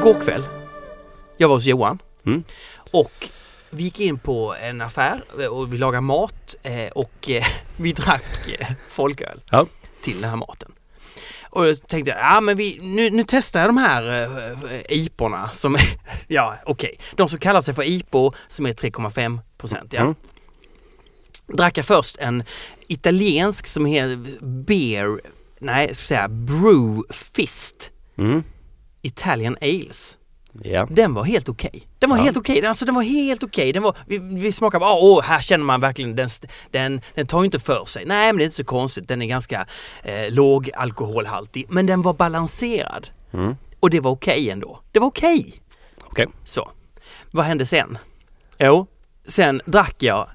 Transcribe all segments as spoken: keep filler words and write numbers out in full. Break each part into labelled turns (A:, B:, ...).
A: igår kväll, jag var hos Johan
B: Mm.
A: och vi gick in på en affär och vi lagade mat eh, och eh, vi drack eh, folköl
B: Ja.
A: till den här maten. Och jag tänkte, ja men vi, nu, nu testar jag de här uh, iporna som, ja okej, okay. De som kallar sig för ipor som är tre komma fem procent. Ja.
B: Mm.
A: Drack jag först en italiensk som heter Beer, nej jag ska säga Brew Fist
B: Mm.
A: Italian Ales.
B: Ja.
A: Den var helt okej. Okay. Den var
B: Ja.
A: helt okej. Okay. Alltså den var helt okej. Okay. Den var vi, vi smakade bara, åh, här känner man verkligen den den den tar ju inte för sig. Nej, men det är inte så konstigt. Den är ganska eh, låg alkoholhaltig, men den var balanserad.
B: Mm.
A: Och det var okej okay ändå. Det var okej. Okay.
B: Okej. Okay.
A: Så. Vad hände sen? Jo, sen drack jag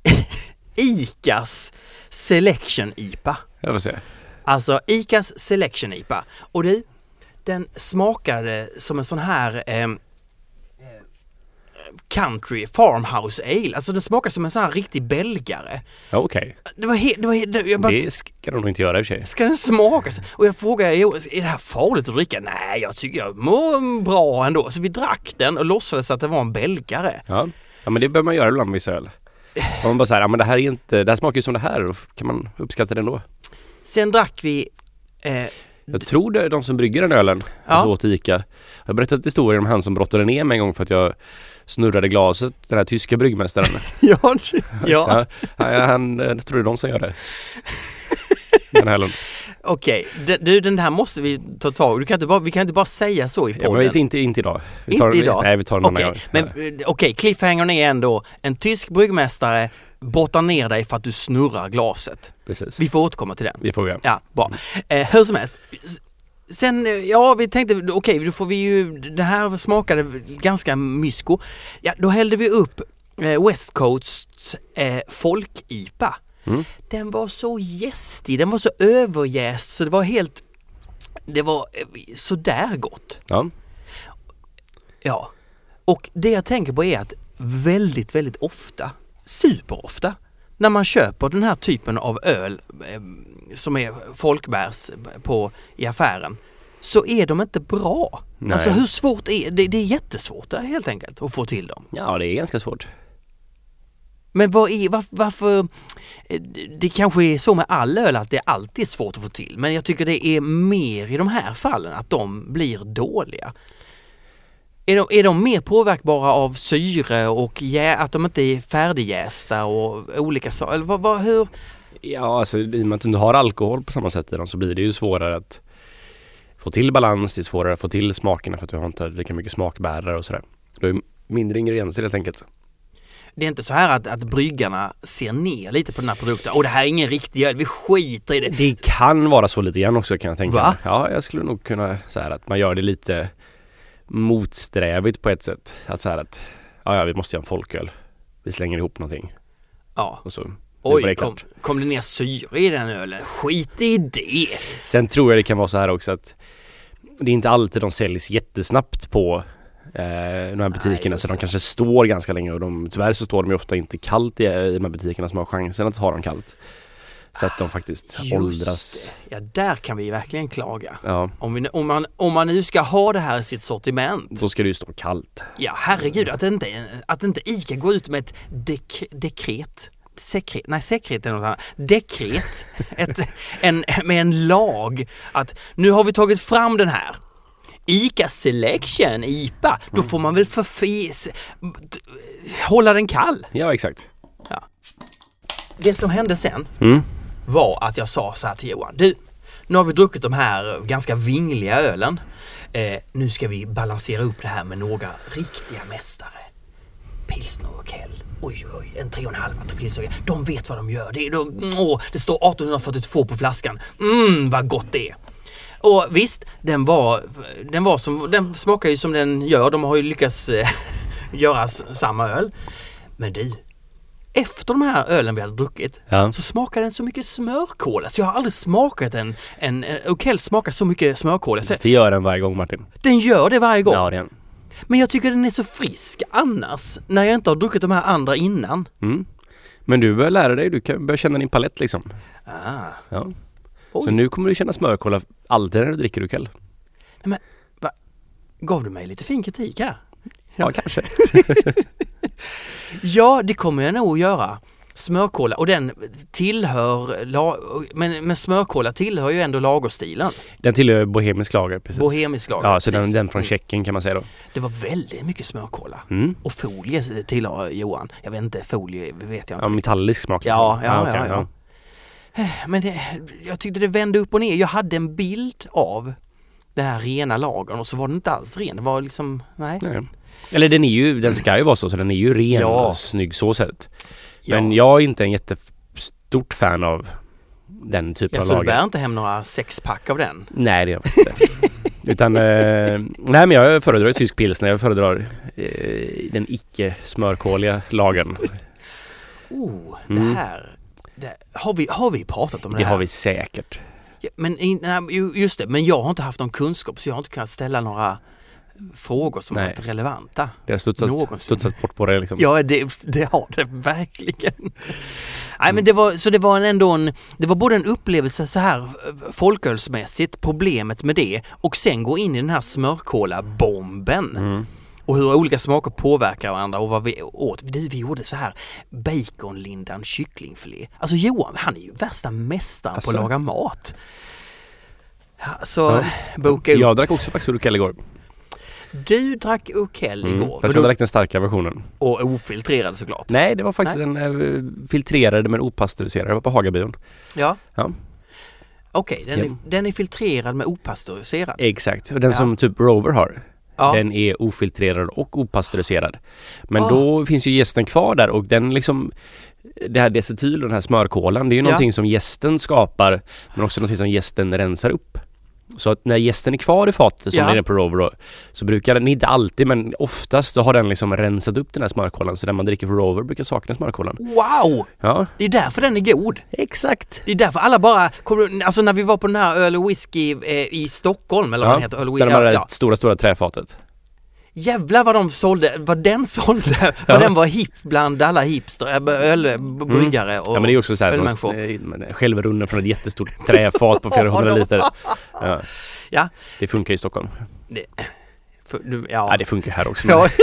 A: Icas Selection I P A.
B: Jag får se.
A: Alltså Icas Selection I P A. Och du, den smakade som en sån här eh, country farmhouse ale. Alltså den smakade som en sån här riktig belgare.
B: Ja, okej.
A: Okay. Det var helt... Det, var helt, jag bara,
B: det ska de nog inte göra i och för sig.
A: Ska den smaka? Och jag frågade, är det här farligt att dricka? Nej, jag tycker jag mår bra ändå. Så vi drack den och låtsades att det var en belgare.
B: Ja, ja men det bör man göra ibland med vissa öl. Om man bara säger, ja men det här är inte, det här smakar ju som det här, och kan man uppskatta det ändå.
A: Sen drack vi... Eh,
B: Jag tror det är de som brygger den ölen.
A: Ja.
B: Och så åt Ica. Jag har berättat historien om han som brottade ner mig en gång för att jag snurrade glaset, den här tyska bryggmästaren.
A: ja, ja.
B: ja. Han, jag tror det är de som gör det. Den här ölen.
A: Okej, okay. Du, den här måste vi ta tag. Du kan inte bara, vi kan inte bara säga så i podden.
B: Ja, men inte, inte idag. Vi tar,
A: inte idag?
B: Nej, vi tar den
A: okay.
B: annan gång.
A: Men okej, okay, cliffhangern är ändå en tysk bryggmästare brottar ner dig för att du snurrar glaset.
B: Precis.
A: Vi får återkomma till den.
B: Vi får, ja.
A: Ja, bra. Eh, hur som helst. Sen, ja, vi tänkte, okej, okay, då får vi ju, det här smakade ganska mysko. Ja, då hällde vi upp eh, West Coasts eh, folk-I P A.
B: Mm.
A: Den var så jästig, den var så överjäst så det var helt, det var så där gott.
B: Ja.
A: Ja. Och det jag tänker på är att väldigt, väldigt ofta, superofta, när man köper den här typen av öl eh, som är folkbärs på i affären, så är de inte bra.
B: Nej.
A: Alltså hur svårt är det? Det är jättesvårt helt enkelt att få till dem.
B: Ja, det är ganska svårt.
A: Men vad är, var, varför, det kanske är så med all öl att det är alltid svårt att få till. Men jag tycker det är mer i de här fallen att de blir dåliga. Är de, är de mer påverkbara av syre och jä, att de inte är färdigjästa och olika saker? Eller vad, vad, hur?
B: Ja, alltså i och med att du inte har alkohol på samma sätt i dem så blir det ju svårare att få till balans, det är svårare att få till smakerna för att du har inte lika mycket smakbärare och sådär. Du har mindre ingredienser helt enkelt.
A: Det är inte så här att, att bryggarna ser ner lite på den här produkten. Och det här är ingen riktig öl, vi skiter i det.
B: Det kan vara så lite grann också kan jag tänka.
A: Va?
B: Ja, jag skulle nog kunna säga att man gör det lite motsträvigt på ett sätt. Att säga att ja, ja, vi måste göra en folköl. Vi slänger ihop någonting.
A: Ja.
B: Och så,
A: oj,
B: det
A: kom, kom det ner syre i den ölen? Skit i det!
B: Sen tror jag det kan vara så här också att det är inte alltid de säljs jättesnabbt på eh, de här butikerna. Nej, så de kanske står ganska länge och de, tyvärr så står de ju ofta inte kallt i, i de här butikerna som har chansen att ha dem kallt. Så att de faktiskt
A: just
B: åldras.
A: Det. Ja, där kan vi verkligen klaga.
B: Ja.
A: Om, vi, om, man, om man nu ska ha det här i sitt sortiment.
B: Då ska det ju stå kallt.
A: Ja, herregud. Att inte, att inte Ica går ut med ett dek, dekret. Sekret, nej, sekret är något annat. Dekret. ett, en, med en lag. Att nu har vi tagit fram den här. Ica Selection I P A. Då mm. får man väl förfis hålla den kall.
B: Ja, exakt.
A: Ja. Det som hände sen
B: mm.
A: var att jag sa så här till Johan. Du, nu har vi druckit de här ganska vingliga ölen. Eh, nu ska vi balansera upp det här med några riktiga mästare. Pilsner och Kell. Oj, oj, en tre och en halv pilsner. De vet vad de gör. Det, är, de, åh, det står arton fyrtiotvå på flaskan. Mm, vad gott det är. Och visst, den var, den var som, den smakar ju som den gör. De har ju lyckats eh, göra samma öl. Men du, efter de här ölen vi hade druckit
B: ja.
A: så smakade den så mycket smörkola. Så jag har aldrig smakat en, en, en Okej smakar så mycket smörkola. Så
B: det gör den varje gång, Martin.
A: Den gör det varje gång.
B: Ja, det är den.
A: Men jag tycker den är så frisk annars när jag inte har druckit de här andra innan.
B: Mm. Men du börjar lära dig, du kan börja känna din palett liksom.
A: Ah.
B: Ja. Så nu kommer du känna smörkola alltid när du dricker Urkel.
A: Nej men, va? Gav du mig lite fin kritik här?
B: Ja, kanske.
A: Ja, det kommer jag nog göra. Smörkola, och den tillhör, la, men, men smörkola tillhör ju ändå lagerstilen.
B: Den tillhör bohemisk lager, precis.
A: Bohemisk lager,
B: ja, så
A: precis.
B: den, den från Tjeckien kan man säga då.
A: Det var väldigt mycket smörkola.
B: Mm.
A: Och folie tillhör Johan. Jag vet inte, folie vet jag inte.
B: Ja, metallisk smak.
A: Ja, ja,
B: ja, okay,
A: ja, ja. ja. Men det, jag tyckte det vände upp och ner. Jag hade en bild av den här rena lagern och så var den inte alls ren. Det var liksom, nej.
B: nej. Eller den är ju, den ska ju vara så, så den är ju ren
A: ja.
B: och snygg så sett.
A: Ja.
B: Men jag är inte en jättestort fan av den typen
A: ja,
B: av
A: så
B: lager.
A: du bär inte hem några sexpack av den?
B: Nej, det gör jag inte. Utan, eh, nej men jag föredrar tysk pilsner. Jag föredrar eh, den icke smörkåliga lagern.
A: Oh,
B: Mm.
A: det här. Det, har, vi, har vi pratat om det,
B: Det
A: här?
B: har vi säkert.
A: Ja, men nej, just det, men jag har inte haft någon kunskap så jag har inte kunnat ställa några frågor som
B: Nej.
A: har varit relevanta.
B: Det har studsat,
A: Någonsin.
B: studsat bort på det liksom.
A: Ja, det, det har det verkligen. Nej, men det var, så det var en ändå en, det var både en upplevelse så här folkölsmässigt, problemet med det, och sen gå in i den här smörkola-bomben.
B: Mm.
A: Och hur olika smaker påverkar varandra och vad vi åt. Vi, vi gjorde så här baconlindan kycklingfilé. Alltså Johan, han är ju värsta mästaren
B: alltså.
A: på att laga mat. Ja, så
B: Ja.
A: boka upp.
B: Jag drack också faktiskt Urkel igår.
A: Du drack Urkel
B: Mm.
A: igår.
B: Fast jag drack den starka versionen.
A: Och ofiltrerad såklart.
B: Nej, det var faktiskt
A: Nej.
B: en äh, filtrerad men opastöriserad. Det var på Hagabion.
A: Ja.
B: Ja.
A: Okej, den,
B: Ja.
A: är, den är filtrerad med opastöriserad.
B: Exakt. Och den
A: Ja.
B: som typ Rover har.
A: Ja.
B: Den är ofiltrerad och opastöriserad. Men
A: Ah.
B: då finns ju jästen kvar där och den liksom, det här decetyl och den här smörkolan, det är ju
A: Ja.
B: någonting som jästen skapar men också någonting som jästen rensar upp. Så att när jästen är kvar i fatet som
A: Ja.
B: är inne på Rover då, så brukar den, inte alltid men oftast så har den liksom rensat upp den här smörkolan, så när man dricker på Rover brukar sakna smörkolan.
A: Wow!
B: Ja,
A: Det är därför den är god.
B: exakt.
A: Det är därför alla bara, kommer, alltså när vi var på den här öl och whisky eh, i Stockholm, eller vad
B: Ja,
A: den heter, öl och
B: där
A: whisky,
B: de har det
A: ja,
B: där stora, stora träfatet.
A: jävlar vad de sålde, vad den sålde,
B: Ja.
A: vad den var hipp bland alla hipster, ölbryggare och
B: Ja, men det är också så här,
A: ölmänniskor.
B: de, eh, självrunnen från ett jättestort träfat på flera hundra liter. Ja.
A: Ja.
B: Det funkar i Stockholm.
A: Det, för, du,
B: Ja,
A: ja.
B: det funkar här också.
A: Ja.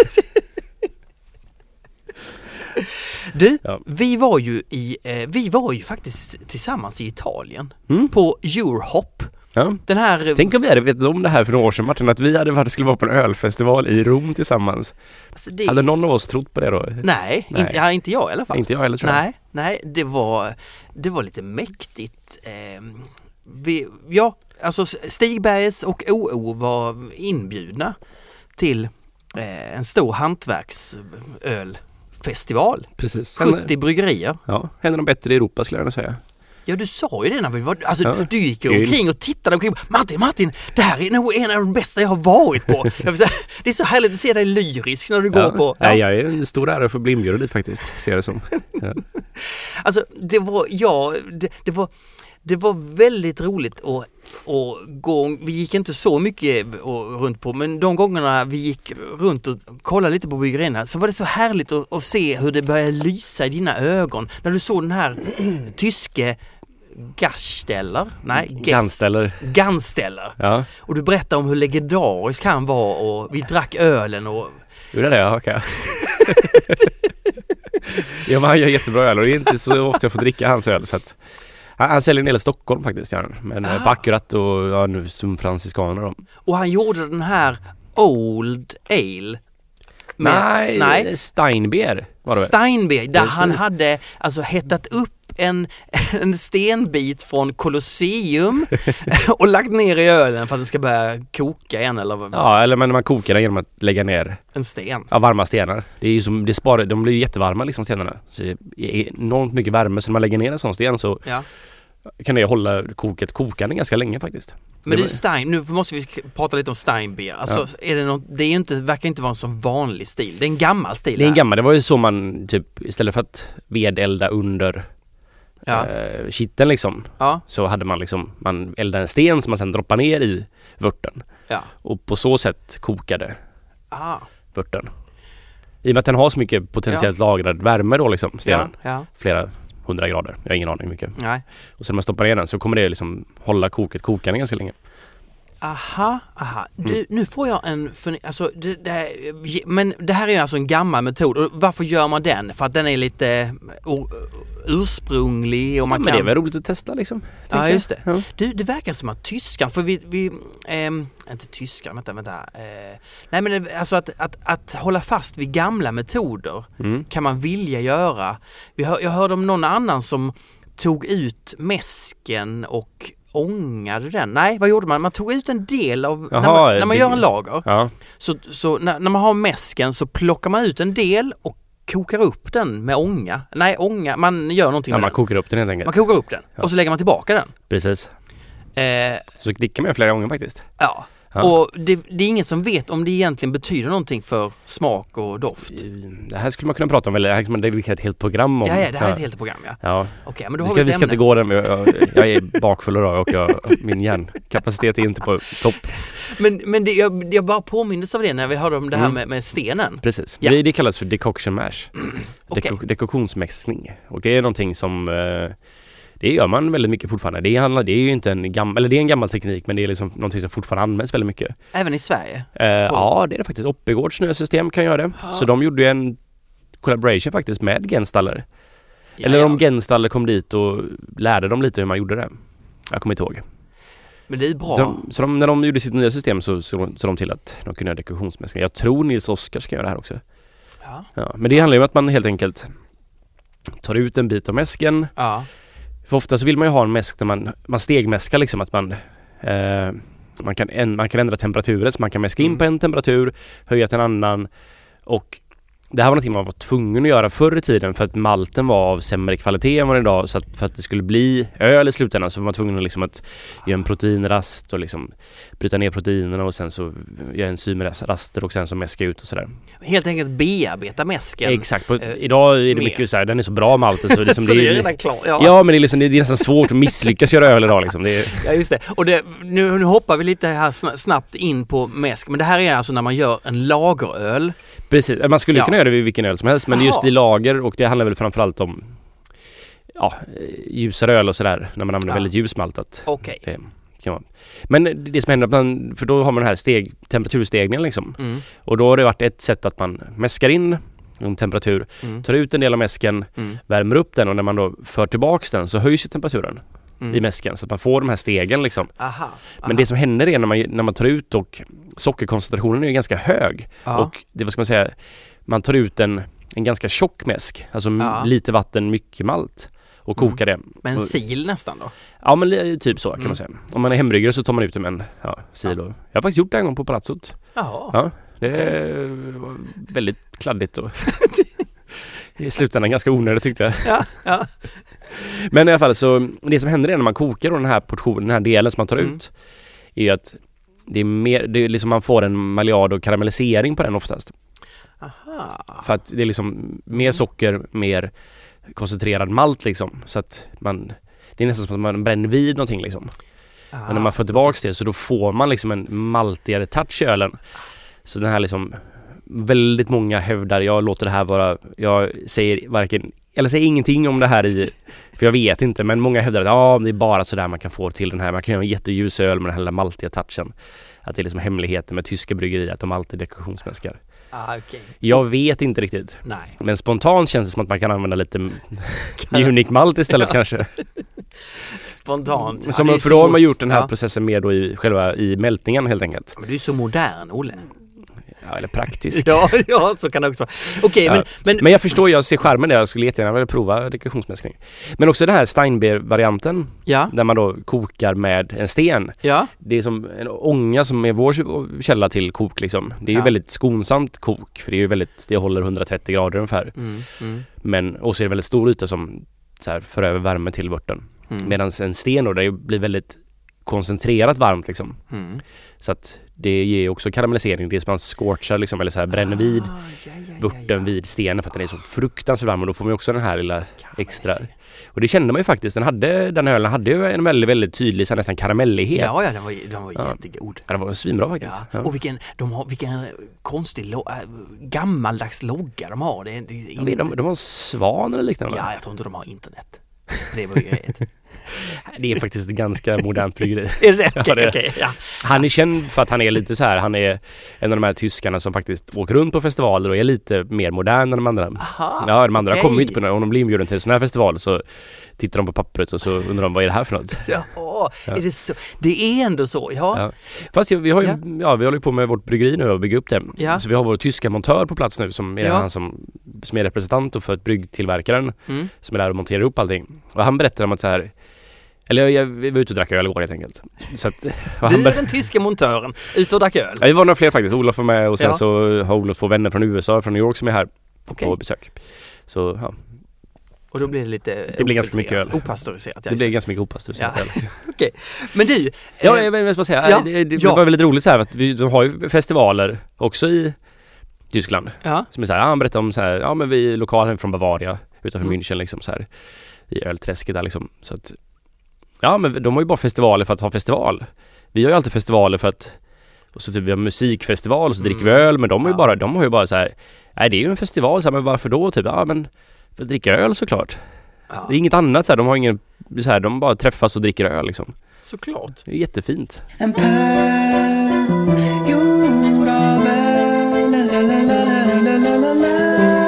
A: Du,
B: Ja.
A: vi var ju i, eh, vi var ju faktiskt tillsammans i Italien
B: Mm.
A: på Eurohop.
B: Ja.
A: Den här...
B: Tänk om vi hade vetat om det här för några år sedan, Martin, att vi hade varit, skulle vara på en ölfestival i Rom tillsammans.
A: Alltså det,
B: Hade någon av oss trott på det då?
A: nej,
B: Nej.
A: Inte, ja, inte jag i alla fall.
B: Inte jag heller, tror jag.
A: Nej, nej, det var, det var lite mäktigt. Eh, vi, ja, alltså Stigbergs och O O var inbjudna till eh, en stor hantverksölfestival.
B: Precis.
A: sjuttio bryggerier.
B: Ja, en av de bättre i Europa skulle jag gärna säga.
A: Ja, du sa ju det när vi var... Alltså,
B: Ja.
A: du gick ju omkring och tittade omkring. Martin, Martin, det här är nog en av de bästa jag har varit på. Jag vill säga, det är så härligt att se dig lyrisk när du går
B: Ja.
A: på...
B: Nej, jag är en stor ära för att bli inbjuden dit faktiskt, ser det som. Ja.
A: Alltså, det var... Ja, det, det var... Det var väldigt roligt att, att gå, vi gick inte så mycket och, runt på, men de gångerna vi gick runt och kollade lite på bryggerierna så var det så härligt att, att se hur det började lysa i dina ögon när du såg den här tyske Gasteller, nej, Gest-
B: Gansteller.
A: Gansteller.
B: Ja,
A: Och du berättade om hur legendarisk han var och vi drack ölen och...
B: gjorde det? Ja, okej. Ja, men han gör jättebra öl och det är inte så ofta jag får dricka hans öl, så att han, han säljer en del i Stockholm faktiskt, gör han. Men
A: Ah.
B: på Akkurat och ja, nu som franciskaner då.
A: Och han gjorde den här Old Ale. med-
B: Nej,
A: nej.
B: Steinbier var det väl?
A: Steinberg, där
B: Precis.
A: han hade alltså hettat upp en, en stenbit från Colosseum och lagt ner i ölen för att den ska börja koka igen, eller vad-
B: Ja, eller men man kokar den genom att lägga ner
A: en sten.
B: ja, varma stenar. Det är ju som, det sparar, de blir ju jättevarma liksom, stenarna. Så det är enormt mycket värme, så när man lägger ner en sån sten så
A: Ja.
B: kan det hålla koket kokande ganska länge faktiskt.
A: Men det är
B: var-
A: Stein, nu måste vi sk- prata lite om Steinbier. Alltså, är det, något, det är ju inte, verkar inte vara en så vanlig stil. Det är en gammal stil.
B: Det är en
A: här.
B: gammal, det var ju så man typ istället för att vedelda under
A: Ja.
B: eh, kitteln liksom,
A: Ja.
B: så hade man liksom, man eldade en sten som man sen droppade ner i vörten
A: Ja.
B: och på så sätt kokade
A: Ah.
B: vörten. I och med att den har så mycket potentiellt lagrad värme då liksom,
A: Ja.
B: stenen,
A: Ja.
B: flera hundra grader, jag har ingen aning hur mycket.
A: Nej.
B: Och sen när man stoppar ner den så kommer det liksom hålla koket kokande ganska länge.
A: Aha, aha. Du,
B: Mm.
A: nu får jag en... För, alltså, det, det här, men det här är alltså en gammal metod. Och varför gör man den? För att den är lite or, ursprunglig och man
B: ja, men
A: kan...
B: det är väl roligt att testa liksom.
A: Ja, just det.
B: Ja.
A: Du, det verkar som att tyskan, för vi... vi ehm, inte tyskar, vänta, vänta. Eh, nej, men det, alltså att, att, att hålla fast vid gamla metoder
B: Mm.
A: kan man vilja göra. Vi hör, jag hörde om någon annan som tog ut mäsken och ångade den. Nej, vad gjorde man? Man tog ut en del av...
B: Jaha,
A: när man, när man
B: det-
A: gör en lager,
B: Ja.
A: så, så när, när man har mäsken så plockar man ut en del och kokar upp den med ånga. Nej, ånga, man gör någonting
B: ja,
A: med
B: man
A: den.
B: kokar upp den helt enkelt.
A: Man kokar upp den
B: Ja.
A: och så lägger man tillbaka den.
B: Precis.
A: Eh,
B: Så det kan man göra flera gånger faktiskt.
A: ja.
B: Ja.
A: Och det, det är ingen som vet om det egentligen betyder någonting för smak och doft.
B: Det här skulle man kunna prata om, eller det här kan man dedikera ett helt program om.
A: Ja, ja, det här är ett helt program, ja.
B: Ja.
A: Okej, men då
B: Vi
A: har
B: ska,
A: vi
B: vi
A: ett
B: ska
A: ämne.
B: inte gå där, men jag, jag, jag är bakfull idag och jag, min hjärnkapacitet är inte på topp.
A: Men, men det, jag, jag bara påmindes av det när vi hörde om det här
B: Mm.
A: med, med stenen.
B: Precis.
A: Ja.
B: Det, det kallas för decoction mash.
A: Okej.
B: Deko, dekoktionsmässning. Och det är någonting som eh, det gör man väldigt mycket fortfarande. Det, handlar, det är ju inte en gammal, eller det är en gammal teknik, men det är liksom någonting som fortfarande används väldigt mycket.
A: Även i Sverige.
B: Eh, ja, det är det faktiskt. Oppigårds snösystem kan göra det.
A: Ja.
B: Så de gjorde ju en collaboration faktiskt med Genstaller.
A: Ja,
B: Eller
A: ja.
B: om Genstaller kom dit och lärde dem lite hur man gjorde det. Jag kommer inte ihåg.
A: Men det är bra.
B: Så, de, så de, när de gjorde sitt nya system så såg så de till att de kunde göra dekoktionsmässning. Jag tror Nils Oskar ska göra det här också.
A: Ja.
B: Ja, men det handlar ju om att man helt enkelt tar ut en bit av mäsken.
A: Ja.
B: För ofta så vill man ju ha en mäsk där man, man stegmäskar liksom, att man, eh, man, kan en, man kan ändra temperaturen, så man kan mäska in
A: Mm.
B: på en temperatur, höja till en annan. Och det här var någonting man var tvungen att göra förr i tiden för att malten var av sämre kvalitet än vad det är idag. Så att för att det skulle bli öl i slutändan så var man tvungen att, liksom att göra en proteinrast och liksom bryta ner proteinerna och sen så göra enzymraster och sen så mäska ut och sådär.
A: Helt enkelt bearbeta mäsken.
B: Exakt. På,
A: eh,
B: idag är det
A: mer.
B: mycket så här, den är så bra malten så, liksom,
A: så
B: det
A: det är
B: är
A: redan klart. Ja.
B: Ja, men det är, liksom, det är nästan svårt att misslyckas göra öl idag liksom. Det är,
A: Ja, just det. Och det, nu, nu hoppar vi lite här sna- snabbt in på mäsk. Men det här är alltså när man gör en lageröl.
B: precis, man skulle
A: Ja.
B: kunna göra det vid vilken öl som helst, men
A: Jaha.
B: just i lager, och det handlar väl framförallt om ja, ljusare öl och sådär, när man använder
A: Ja.
B: väldigt ljusmaltat.
A: Okej.
B: Eh, kan man. Men det som händer, att man, för då har man den här steg, temperaturstegningen liksom.
A: Mm.
B: Och då har det varit ett sätt att man mäskar in en temperatur,
A: Mm.
B: tar ut en del av mäsken,
A: Mm.
B: värmer upp den, och när man då för tillbaks den så höjs ju temperaturen
A: Mm.
B: i mäsken, så att man får de här stegen liksom.
A: Aha.
B: Men det som händer är när man, när man tar ut, och sockerkoncentrationen är ju ganska hög.
A: Ja.
B: Och det, vad ska man säga, man tar ut en, en ganska tjock mäsk, alltså m-
A: Ja.
B: lite vatten, mycket malt, och kokar det.
A: Men en
B: Och-
A: sil nästan då?
B: Ja, men li- typ så kan
A: Mm.
B: man säga. Om man är hembryggare så tar man ut det med en ja, sil. Och, jag har faktiskt gjort det en gång på Palazzot.
A: Jaha.
B: Ja, det var väldigt kladdigt och i slutändan ganska onödigt tyckte jag.
A: Ja, ja.
B: Men i alla fall så, det som händer är när man kokar då den här portionen, den här delen som man tar
A: Mm.
B: ut, är ju att det är mer, det är liksom man får en maillard och karamellisering på den oftast.
A: Aha.
B: För att det är liksom mer socker, mer koncentrerad malt liksom. Så att man, det är nästan som att man bränner vid någonting liksom. Men när man får tillbaks det så då får man liksom en maltigare touch i ölen. Så den här liksom, väldigt många hävdar, jag låter det här vara, jag säger varken, eller säger ingenting om det här i, för jag vet inte, men många hävdar att ja, det är bara så där man kan få till den här, man kan göra en jätteljus öl med den här maltiga touchen. Att det är liksom hemligheten med tyska bryggerier, att de alltid dekoktionsmäskar.
A: Ah, okej.
B: Jag vet inte riktigt.
A: Nej.
B: Men spontant känns det som att man kan använda lite unique malt istället kanske.
A: Spontant. Ja,
B: Som,
A: det är
B: för då
A: så-
B: har man gjort den här
A: ja.
B: processen mer då i själva i mältningen helt enkelt.
A: Men du är så modern, Olle.
B: Ja, eller praktisk.
A: Ja, ja, så kan det också vara. Okej,
B: Ja.
A: men, men,
B: Men jag förstår, jag ser skärmen där, jag skulle jättegärna vilja prova dekoktionsmäskning. Men också den här Steinbeer-varianten,
A: Ja,
B: där man då kokar med en sten.
A: ja.
B: Det är som en ånga som är vår källa till kok liksom. Det är ju
A: Ja.
B: väldigt skonsamt kok, för det är ju väldigt, det håller hundratrettio grader ungefär.
A: Mm, mm,
B: Men, och så är det väldigt stor yta som så här, för över värme till vörten.
A: mm,
B: Medan en sten då, det blir väldigt koncentrerat varmt liksom.
A: mm.
B: Så att det ger också karamellisering. Det är som man scorchar liksom, eller så här bränner vid
A: Ah, ja, ja,
B: vörten
A: ja, ja.
B: vid stenen för att den är så fruktansvärt varm, och då får man ju också den här lilla extra.
A: Karamellisering.
B: Och det kände man ju faktiskt. Den, hade, den ölen hade ju en väldigt, väldigt tydlig så här, nästan karamellighet.
A: Ja, ja, den var, den var
B: Ja.
A: jättegod.
B: Ja, det var svinbra faktiskt.
A: Ja.
B: Ja.
A: Och vilken, de har, vilken konstig lo, äh, gammaldags logga de har. Det är, det är
B: Ja,
A: inte,
B: de, de var en svan eller liknande.
A: ja, jag tror inte de har internet. Det var ju grejen.
B: Det är faktiskt ett ganska modernt bryggeri.
A: Är det?
B: Ja,
A: Okay,
B: det är.
A: okay, ja.
B: Han är känd för att han är lite så här, han är en av de här tyskarna som faktiskt åker runt på festivaler och är lite mer modern än de andra.
A: Aha,
B: ja, de andra
A: okay.
B: kommer ju inte på några, om de blir inbjuden till en sån här festival så tittar de på pappret och så undrar de vad är det här för något.
A: Ja,
B: ja.
A: Är det så? Det är ändå så, ja.
B: ja. Fast vi har ju,
A: ja.
B: ja, vi håller på med vårt bryggeri nu och bygga upp det.
A: Ja.
B: Så vi har vår tyska montör på plats nu som är
A: ja.
B: han som, som är representant för ett bryggtillverkaren
A: mm.
B: som är där och monterar upp allting. Och han berättar om att så här, eller jag, jag var ute och drack öl igår helt enkelt. Så att,
A: och han du är den tyska montören, ute och drack öl?
B: Ja, vi var några fler faktiskt. Olof var med och sen
A: ja.
B: så har Olof två vänner från U S A, från New York som är här
A: okay.
B: på besök. Så ja.
A: Och då blir det lite
B: det blir ganska mycket öl.
A: Opastöriserat.
B: Det blir ganska mycket opastöriserat
A: ja.
B: öl.
A: Okej. Okay. Men du...
B: Ja, jag vill bara säga.
A: Ja.
B: Det, det
A: ja.
B: var väldigt roligt så här att vi, de har ju festivaler också i Tyskland.
A: Ja.
B: Som är så här, ja, han berättar om så här, ja men vi är lokalen från Bavaria utanför mm. München liksom så här i ölträsket där liksom. Så att ja, men de har ju bara festivaler för att ha festival. Vi har ju alltid festivaler för att och så typ vi har musikfestival och så dricker mm. vi öl, men de har ju
A: ja.
B: bara de har ju bara så här, nej det är ju en festival så här, men varför då typ? Ja, men för att dricka öl såklart. Ja. Det är inget annat så här, de har ingen så här, de bara träffas och dricker öl liksom.
A: Såklart.
B: Det är jättefint.
C: En pöl gjord av öl, la, la, la, la, la, la, la.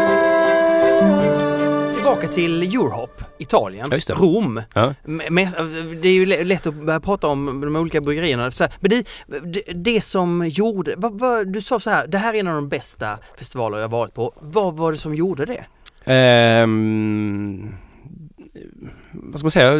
A: Tillbaka till Eurohop, Italien,
B: ja,
A: Rom.
B: Ja.
A: Det är ju lätt att börja prata om de olika bryggerierna. Men det, det, det som gjorde, vad, vad, du sa så här, det här är en av de bästa festivaler jag varit på. Vad var det som gjorde det?
B: Um, vad ska man säga?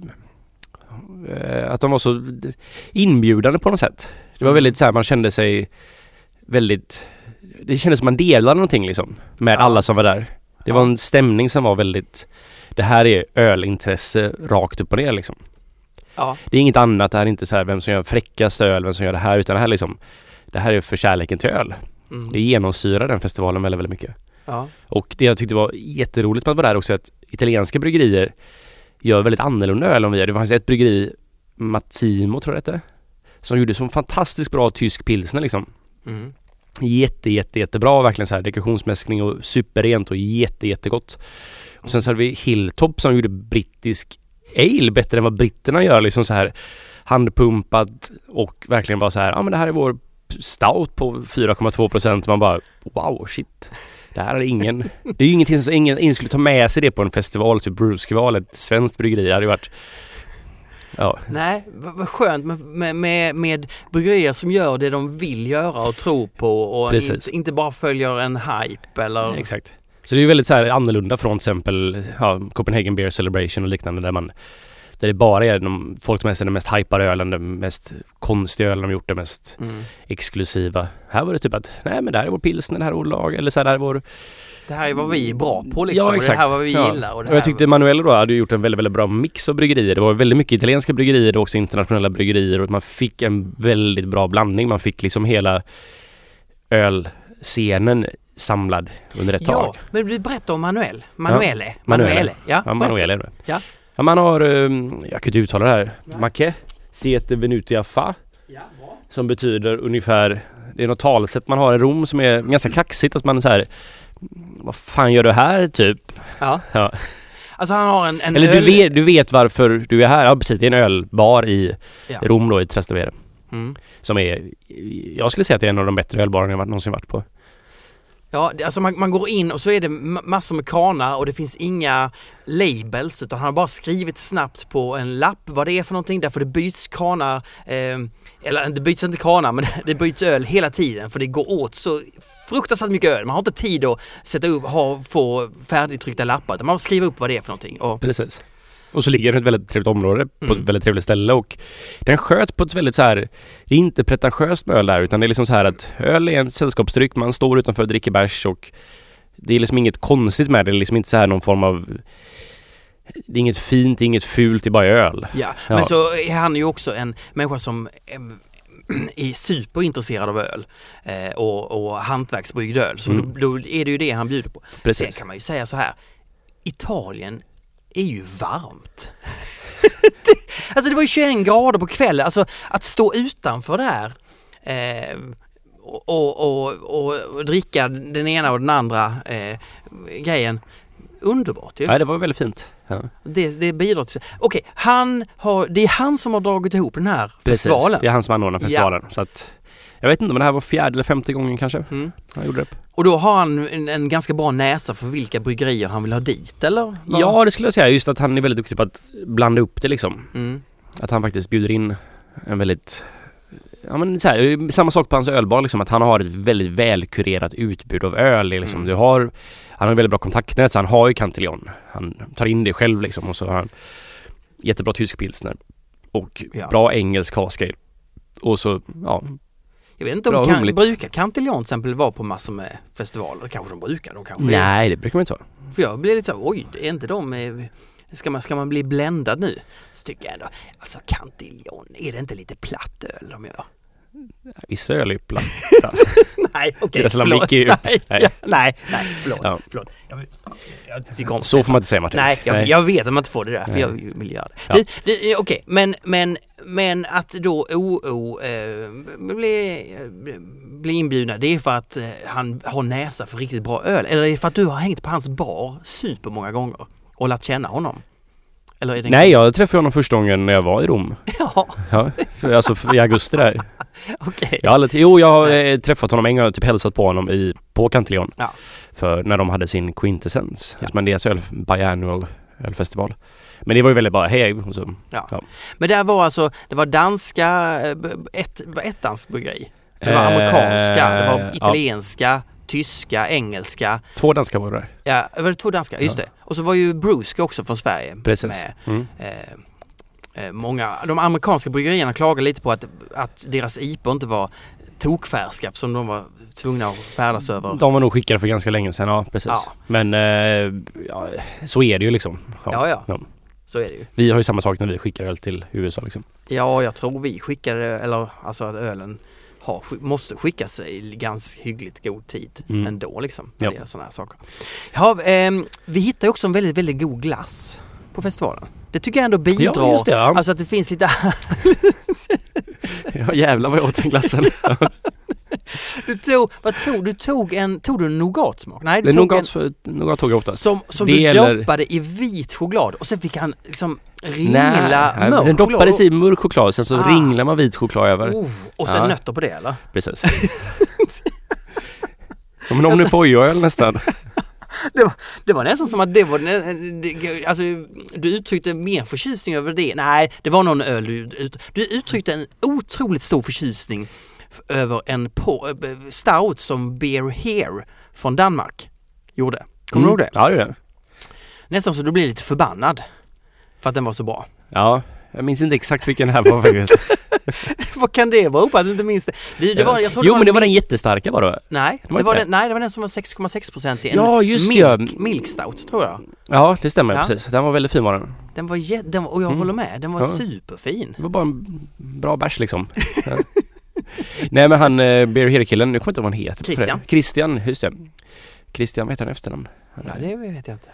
B: Uh, att de var så inbjudande på något sätt. Det var väldigt så här, man kände sig väldigt, det kändes som man delade någonting liksom med ja. alla som var där. Det var en stämning som var väldigt, det här är ölintresse rakt upp och ner liksom.
A: Ja.
B: Det är inget annat, det här är inte så här vem som gör fräckast öl, vem som gör det här, utan det här liksom, det här är för kärleken till öl. Mm. Det genomsyrar den festivalen väldigt, väldigt mycket.
A: Ja.
B: Och det jag tyckte var jätteroligt med att vara där också, att italienska bryggerier gör väldigt annorlunda öl än vi gör. Det fanns ett bryggeri, Massimo tror jag det hette, som gjorde så fantastiskt bra tysk pilsner liksom. Mm. Jätte, jätte, jättebra, verkligen så här dekationsmäskning och superrent och jätte, jättegott. Och sen så hade vi Hilltop som gjorde brittisk ale bättre än vad britterna gör, liksom så här handpumpat och verkligen bara så här, ja men det här är vår stout på fyra komma två procent. Man bara, wow, shit. Det här är ingen, det är ju ingenting som ingen, ingen skulle ta med sig det på en festival, typ Brewskival, ett svenskt bryggeri. Det hade ju varit ja.
A: Nej, vad skönt med, med, med, med bryggerier som gör det de vill göra och tror på och inte, inte bara följer en hype eller...
B: Nej, exakt. Så det är ju väldigt så här annorlunda från till exempel ja, Copenhagen Beer Celebration och liknande där man där det bara är de, folk som är den mest hypade ölen, den mest konstiga ölen de gjort, det mest mm. exklusiva. Här var det typ att, nej men det här är vår pilsner, det här är vår lag, eller så här, det här är vår...
A: Det här är vad vi är bra på liksom,
B: ja, exakt.
A: Och det här är vad vi
B: ja.
A: gillar. Och, det
B: och jag tyckte
A: var...
B: Manuel då hade gjort en väldigt, väldigt bra mix av bryggerier. Det var väldigt mycket italienska bryggerier och också internationella bryggerier och man fick en väldigt bra blandning. Man fick liksom hela ölscenen samlad under ett
A: ja,
B: tag.
A: Ja, men du berättar om Manuel. Manuele.
B: Ja.
A: Manuele.
B: Manuele.
A: Ja,
B: ja Manuele.
A: Ja.
B: Ja, man har, jag kan inte uttala det här. Ja. Macche, siete venuti a fa. Ja, bra. Som betyder ungefär, det är något talsätt man har i Rom som är ganska kaxigt. Att man är så här, vad fan gör du här typ?
A: Ja.
B: Ja.
A: Alltså han har en, en
B: Eller
A: öl...
B: du vet, du vet varför du är här. Ja precis, det är en ölbar i
A: ja.
B: Rom då, i Trastevere.
A: Mm.
B: Som är, jag skulle säga att det är en av de bättre ölbarerna jag någonsin varit på.
A: Ja, alltså man, man går in och så är det massor med kranar och det finns inga labels utan han har bara skrivit snabbt på en lapp vad det är för någonting. Därför det byts kranar, eh, eller det byts inte kranar men det byts öl hela tiden för det går åt så fruktansvärt mycket öl. Man har inte tid att sätta upp, ha, få färdigtryckta lappar utan man skriver upp vad det är för någonting. Och...
B: Precis. Och så ligger det ett väldigt trevligt område på
A: mm.
B: ett väldigt trevligt ställe och den sköt på ett väldigt så här, det är inte pretentiöst med öl där utan det är liksom så här att öl är en sällskapsdryck, man står utanför och dricker bärs och det är liksom inget konstigt med det, det är liksom inte så här någon form av, det är inget fint, det är inget fult, det är bara öl.
A: Ja, ja. Men så är han ju också en människa som är superintresserad av öl eh, och, och hantverksbryggd öl så mm. då, då är det ju det han bjuder på. Precis. Sen kan man ju säga så här, Italien är ju varmt. det, alltså det var ju tjugoen grader på kvällen. Alltså att stå utanför där eh, och, och, och, och dricka den ena och den andra eh, grejen. underbart ju.
B: Nej, det var väldigt fint. Ja.
A: Det, det bidrar till... Okej, han har, det är han som har dragit ihop den här
B: Precis,
A: festivalen.
B: det är han som anordnar festivalen. Ja. Så att, jag vet inte om det här var fjärde eller femte gången kanske.
A: Mm.
B: Han gjorde det.
A: Och då har han en, en ganska bra näsa för vilka bryggerier han vill ha dit, eller? Vad?
B: Ja, det skulle jag säga. Just att han är väldigt duktig på att blanda upp det liksom.
A: Mm.
B: Att han faktiskt bjuder in en väldigt... Ja, men så här, samma sak på hans ölbar liksom, att han har ett väldigt välkurerat utbud av öl liksom.
A: Mm.
B: Du har, han har väldigt bra kontaktnät, så han har ju Cantillon. Han tar in det själv liksom, och så har han jättebra tysk pilsner och
A: Ja.
B: bra engelsk cask ale. Och så, ja.
A: Jag vet inte om kan, brukar Cantillon till exempel vara på massor med festivaler. Kanske de brukar, de kanske
B: Nej, det brukar man inte vara.
A: För jag blir lite så här, oj, är inte de... eh, Ska man, ska man bli bländad nu? Så tycker jag ändå, alltså Cantillon, är det inte lite platt öl de gör?
B: Vissa öl är platta.
A: Nej, okej,
B: okay,
A: förlåt.
B: Nej,
A: nej,
B: nej.
A: Ja, nej, nej, förlåt.
B: Ja.
A: förlåt. Jag, jag tycker om
B: Så får man inte säga, Martin.
A: Nej, jag,
B: nej.
A: jag vet att man inte får det där, för
B: nej.
A: jag vill göra det.
B: Ja.
A: det, det okej, okay, men, men, men att då O O eh, blir bli inbjudna, det är för att eh, han har näsa för riktigt bra öl? Eller är det för att du har hängt på hans bar super många gånger och lärt känna honom? Eller är det
B: Nej, jag träffade honom första gången när jag var i Rom.
A: Ja.
B: Ja, för, alltså för, i augusti där.
A: Okej.
B: Jag har aldrig, jo, jag har eh, träffat honom en gång och typ hälsat på honom i, på Cantillon.
A: Ja.
B: För när de hade sin Quintessence. Ja. Men deras öl, biannual ölfestival. Men det var ju väldigt bara hej. Och så,
A: ja.
B: ja.
A: Men det var alltså, det var danska, ett, var ett danskt bryggeri. Det var amerikanska, det var italienska, ja. tyska, engelska.
B: Två danska var det där.
A: Ja, det var två danska, just ja. det. Och så var ju Bruce också från Sverige.
B: Precis.
A: Med,
B: mm.
A: eh, många, de amerikanska bryggerierna klagade lite på att, att deras I P A inte var tokfärska som de var tvungna att färdas över.
B: De var nog skickade för ganska länge sedan, ja precis. Ja. Men eh, ja, så är det ju liksom.
A: Ja. Ja, ja, ja. Så är det ju.
B: Vi har ju samma sak när vi skickar öl till U S A liksom.
A: Ja, jag tror vi skickade, eller alltså att ölen har, måste skickas i ganska hyggligt god tid mm. ändå liksom. När
B: ja.
A: det gäller sådana här saker. Ja, eh, vi hittar ju också en väldigt, väldigt god glass på festivalen. Det tycker jag ändå bidrar.
B: Ja, just det, ja.
A: Alltså att det finns lite...
B: ja, jävlar vad jag åt den glassen.
A: Du tog, vad tog du? Tog en, tog du en nougatsmak? Nej, du
B: det
A: tog
B: nougat,
A: en...
B: nougat tog jag oftast.
A: Som, som
B: det
A: du
B: gäller...
A: doppade i vit choklad och sen fick han liksom ringla
B: Nej,
A: mörk
B: den doppades
A: choklad.
B: i mörk choklad, sen så
A: ah.
B: ringlar man vit choklad över.
A: Oh, och sen
B: ja.
A: nötter på det, eller?
B: Precis. Som en omnipojo-öl nästan.
A: Det var, det var nästan som att det var det, alltså, du uttryckte mer förtjusning över det. Nej, det var någon öl du, ut, du uttryckte en otroligt stor förtjusning över en på, stout som Beer Here från Danmark gjorde. Kommer
B: mm.
A: du ihåg det?
B: Ja, det är det.
A: Nästan så du blev lite förbannad för att den var så bra.
B: Ja, jag minns inte exakt vilken det här var faktiskt.
A: Vad kan det vara på att du inte minns det? det, det var, jag tror
B: jo,
A: det var
B: men det var
A: den
B: den jättestarka bara då.
A: Nej, det var, det var den, nej, det var den som var sex komma sex procent i en
B: ja, just
A: milk,
B: det.
A: milk stout, tror jag.
B: Ja, det stämmer
A: ja.
B: precis. Den var väldigt fin var den.
A: Den var jätte, den var, och jag mm. håller med, den var ja. superfin.
B: Det var bara en bra bärs liksom. Ja. Nej, men han uh, Beer Here-killen, nu kommer inte ihåg vad han heter.
A: Christian.
B: Christian, just det. Christian, vad heter han efternamn?
A: Ja, det vet jag inte.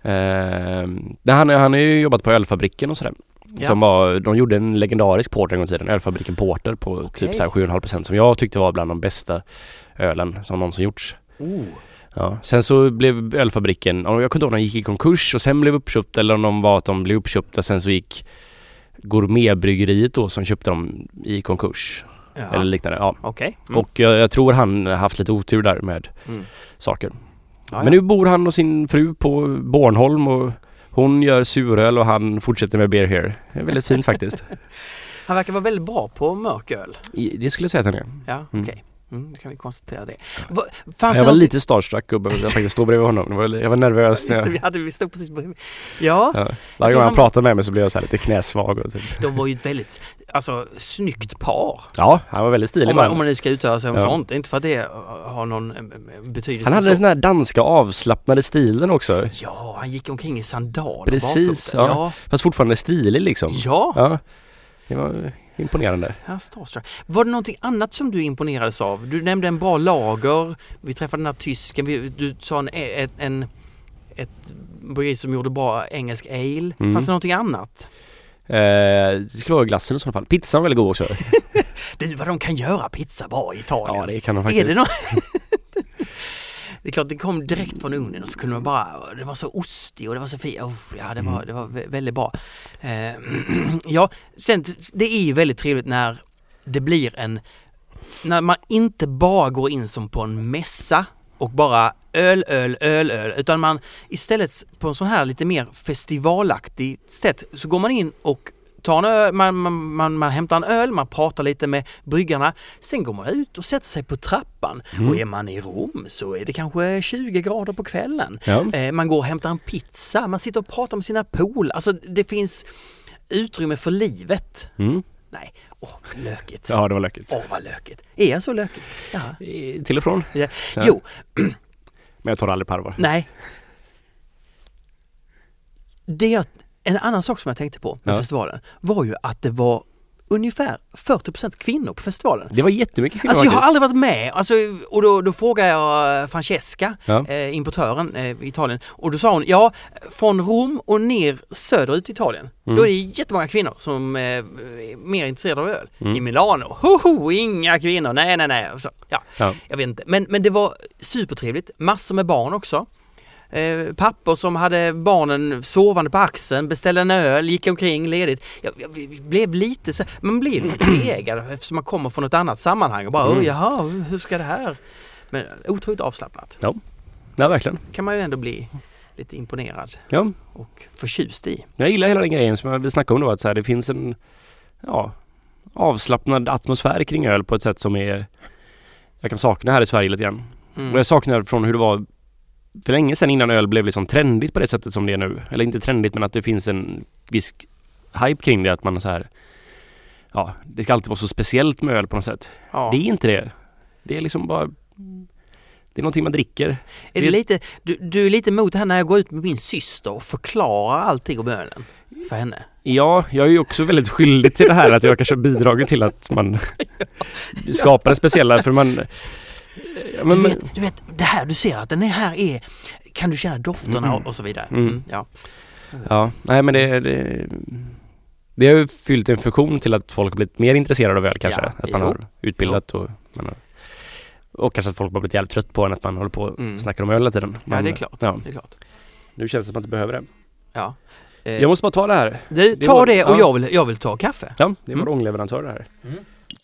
B: Uh, han, han har ju jobbat på ölfabriken och sådär. Ja. Som var, de gjorde en legendarisk porter en gång i tiden, ölfabriken Porter på okay. typ så här sju komma fem procent som jag tyckte var bland de bästa ölen som någonsin gjorts.
A: Oh.
B: Ja. Sen så blev ölfabriken, jag kunde inte ihåg om de gick i konkurs och sen blev uppköpt eller om de var att de blev uppköpta, sen så gick Gourmetbryggeriet då som köpte dem i konkurs. Ja. Eller liknande, ja.
A: Okay. Mm.
B: Och jag, jag tror han har haft lite otur där med mm. saker.
A: Ja,
B: men nu bor han och sin fru på Bornholm och hon gör suröl och han fortsätter med Beer Here. Det är väldigt fint faktiskt.
A: Han verkar vara väldigt bra på mörköl.
B: I, det skulle jag säga att han är.
A: Ja, okej. Okay. Mm, då kan vi konstatera det. Va,
B: jag var något... lite starstruck och jag faktiskt stod bredvid honom. Jag var, jag var nervös.
A: Just det, vi, hade, vi stod precis bredvid. Ja.
B: ja. Varje gång han, han pratade med mig så blev jag så här lite knäsvag. Och typ.
A: De var ju ett väldigt alltså, snyggt par.
B: Ja, han var väldigt stilig.
A: Om man, om man nu ska uttala sig om
B: ja.
A: sånt. Inte för att det har någon betydelse.
B: Han hade
A: så.
B: den sån här danska avslappnade stilen också.
A: Ja, han gick omkring i sandaler.
B: Precis, ja. ja. Fast fortfarande stilig liksom.
A: Ja.
B: ja. Det var imponerande.
A: Ja, starstruck. Var det någonting annat som du imponerades av? Du nämnde en bra lager. Vi träffade den här tysken. Vi, du sa en, ett, en, ett bryggeri som gjorde bra engelsk ale. Mm. Fanns det någonting annat?
B: Eh, det skulle vara glassen i så fall. Pizzan var väldigt god också.
A: Du, vad de kan göra pizza bra i Italien.
B: Ja, det kan de faktiskt.
A: Är det något? det är klart, det kom direkt från ugnen och så kunde man bara, det var så ostig och det var så fint. Oh, ja, det var, det var väldigt bra. Eh, ja, sen det är ju väldigt trevligt när det blir en, när man inte bara går in som på en mässa och bara öl, öl, öl, öl, utan man istället på en sån här lite mer festivalaktig sätt så går man in och tar en öl, man, man, man, man hämtar en öl, man pratar lite med bryggarna, sen går man ut och sätter sig på trappan mm. och är man i Rom så är det kanske tjugo grader på kvällen.
B: Ja.
A: Eh, man går och hämtar en pizza, man sitter och pratar med sina pool, alltså det finns utrymme för livet.
B: Mm.
A: Nej, åh, lökigt.
B: Ja, det var lökigt.
A: Åh, vad lökigt. Är jag så lökigt? Ja.
B: Till och från.
A: Ja.
B: Ja.
A: Jo.
B: Men jag tar det aldrig på allvar.
A: Nej. Det är en annan sak som jag tänkte på med
B: ja.
A: festivalen var ju att det var ungefär fyrtio procent kvinnor på festivalen.
B: Det var jättemycket kvinnor.
A: Alltså jag har aldrig varit med. Alltså, och då, då frågade jag Francesca,
B: ja.
A: eh, importören eh, i Italien. Och då sa hon, ja, från Rom och ner söderut i Italien. Mm. Då är det jättemånga kvinnor som eh, är mer intresserade av öl. Mm. I Milano, hoho, inga kvinnor. Nej, nej, nej. Så, ja, ja. Jag vet inte. Men, men det var supertrevligt. Massor med barn också. Eh, pappor som hade barnen sovande på axeln, beställde en öl, gick omkring ledigt. Jag, jag, jag blev lite så, man blev lite tvegad eftersom man kommer från ett annat sammanhang och bara, mm. jaha, hur ska det här? Men otroligt avslappnat.
B: Ja, ja verkligen.
A: Kan man ju ändå bli lite imponerad
B: ja.
A: och förtjust i.
B: Jag gillar hela den grejen som vi snackade om då, att så här, det finns en ja, avslappnad atmosfär kring öl på ett sätt som är, jag kan sakna här i Sverige lite grann. Mm. Och jag saknar från hur det var för länge sedan innan öl blev liksom trendigt på det sättet som det är nu. Eller inte trendigt, men att det finns en viss hype kring det, att man så här, ja, det ska alltid vara så speciellt med öl på något sätt. Ja. Det är inte det. Det är liksom bara, det är någonting man dricker.
A: Är det lite, du, du är lite emot det här när jag går ut med min syster och förklarar allting om ölen för henne.
B: Ja, jag är ju också väldigt skyldig till det här, att jag kanske bidrar till att man skapar en speciella, för man
A: Men, du, vet, du vet, det här du ser att den här är, kan du känna dofterna mm. och så vidare. Mm. Mm, ja.
B: ja, nej men det, det det har ju fyllt en funktion till att folk har blivit mer intresserade av öl kanske. Ja, att man jo. har utbildat och, man har, och kanske att folk har blivit jävligt trött på en, att man håller på och mm. snackar om öl hela tiden.
A: Men, ja, det är klart. Ja. Det är klart.
B: Nu känns det som att man inte behöver det.
A: Ja.
B: Eh, jag måste bara ta det här.
A: Du,
B: det
A: ta
B: var,
A: det och
B: ja.
A: jag, vill, jag vill ta kaffe.
B: Ja, det är vår mm. ångleverantör det här. Mm.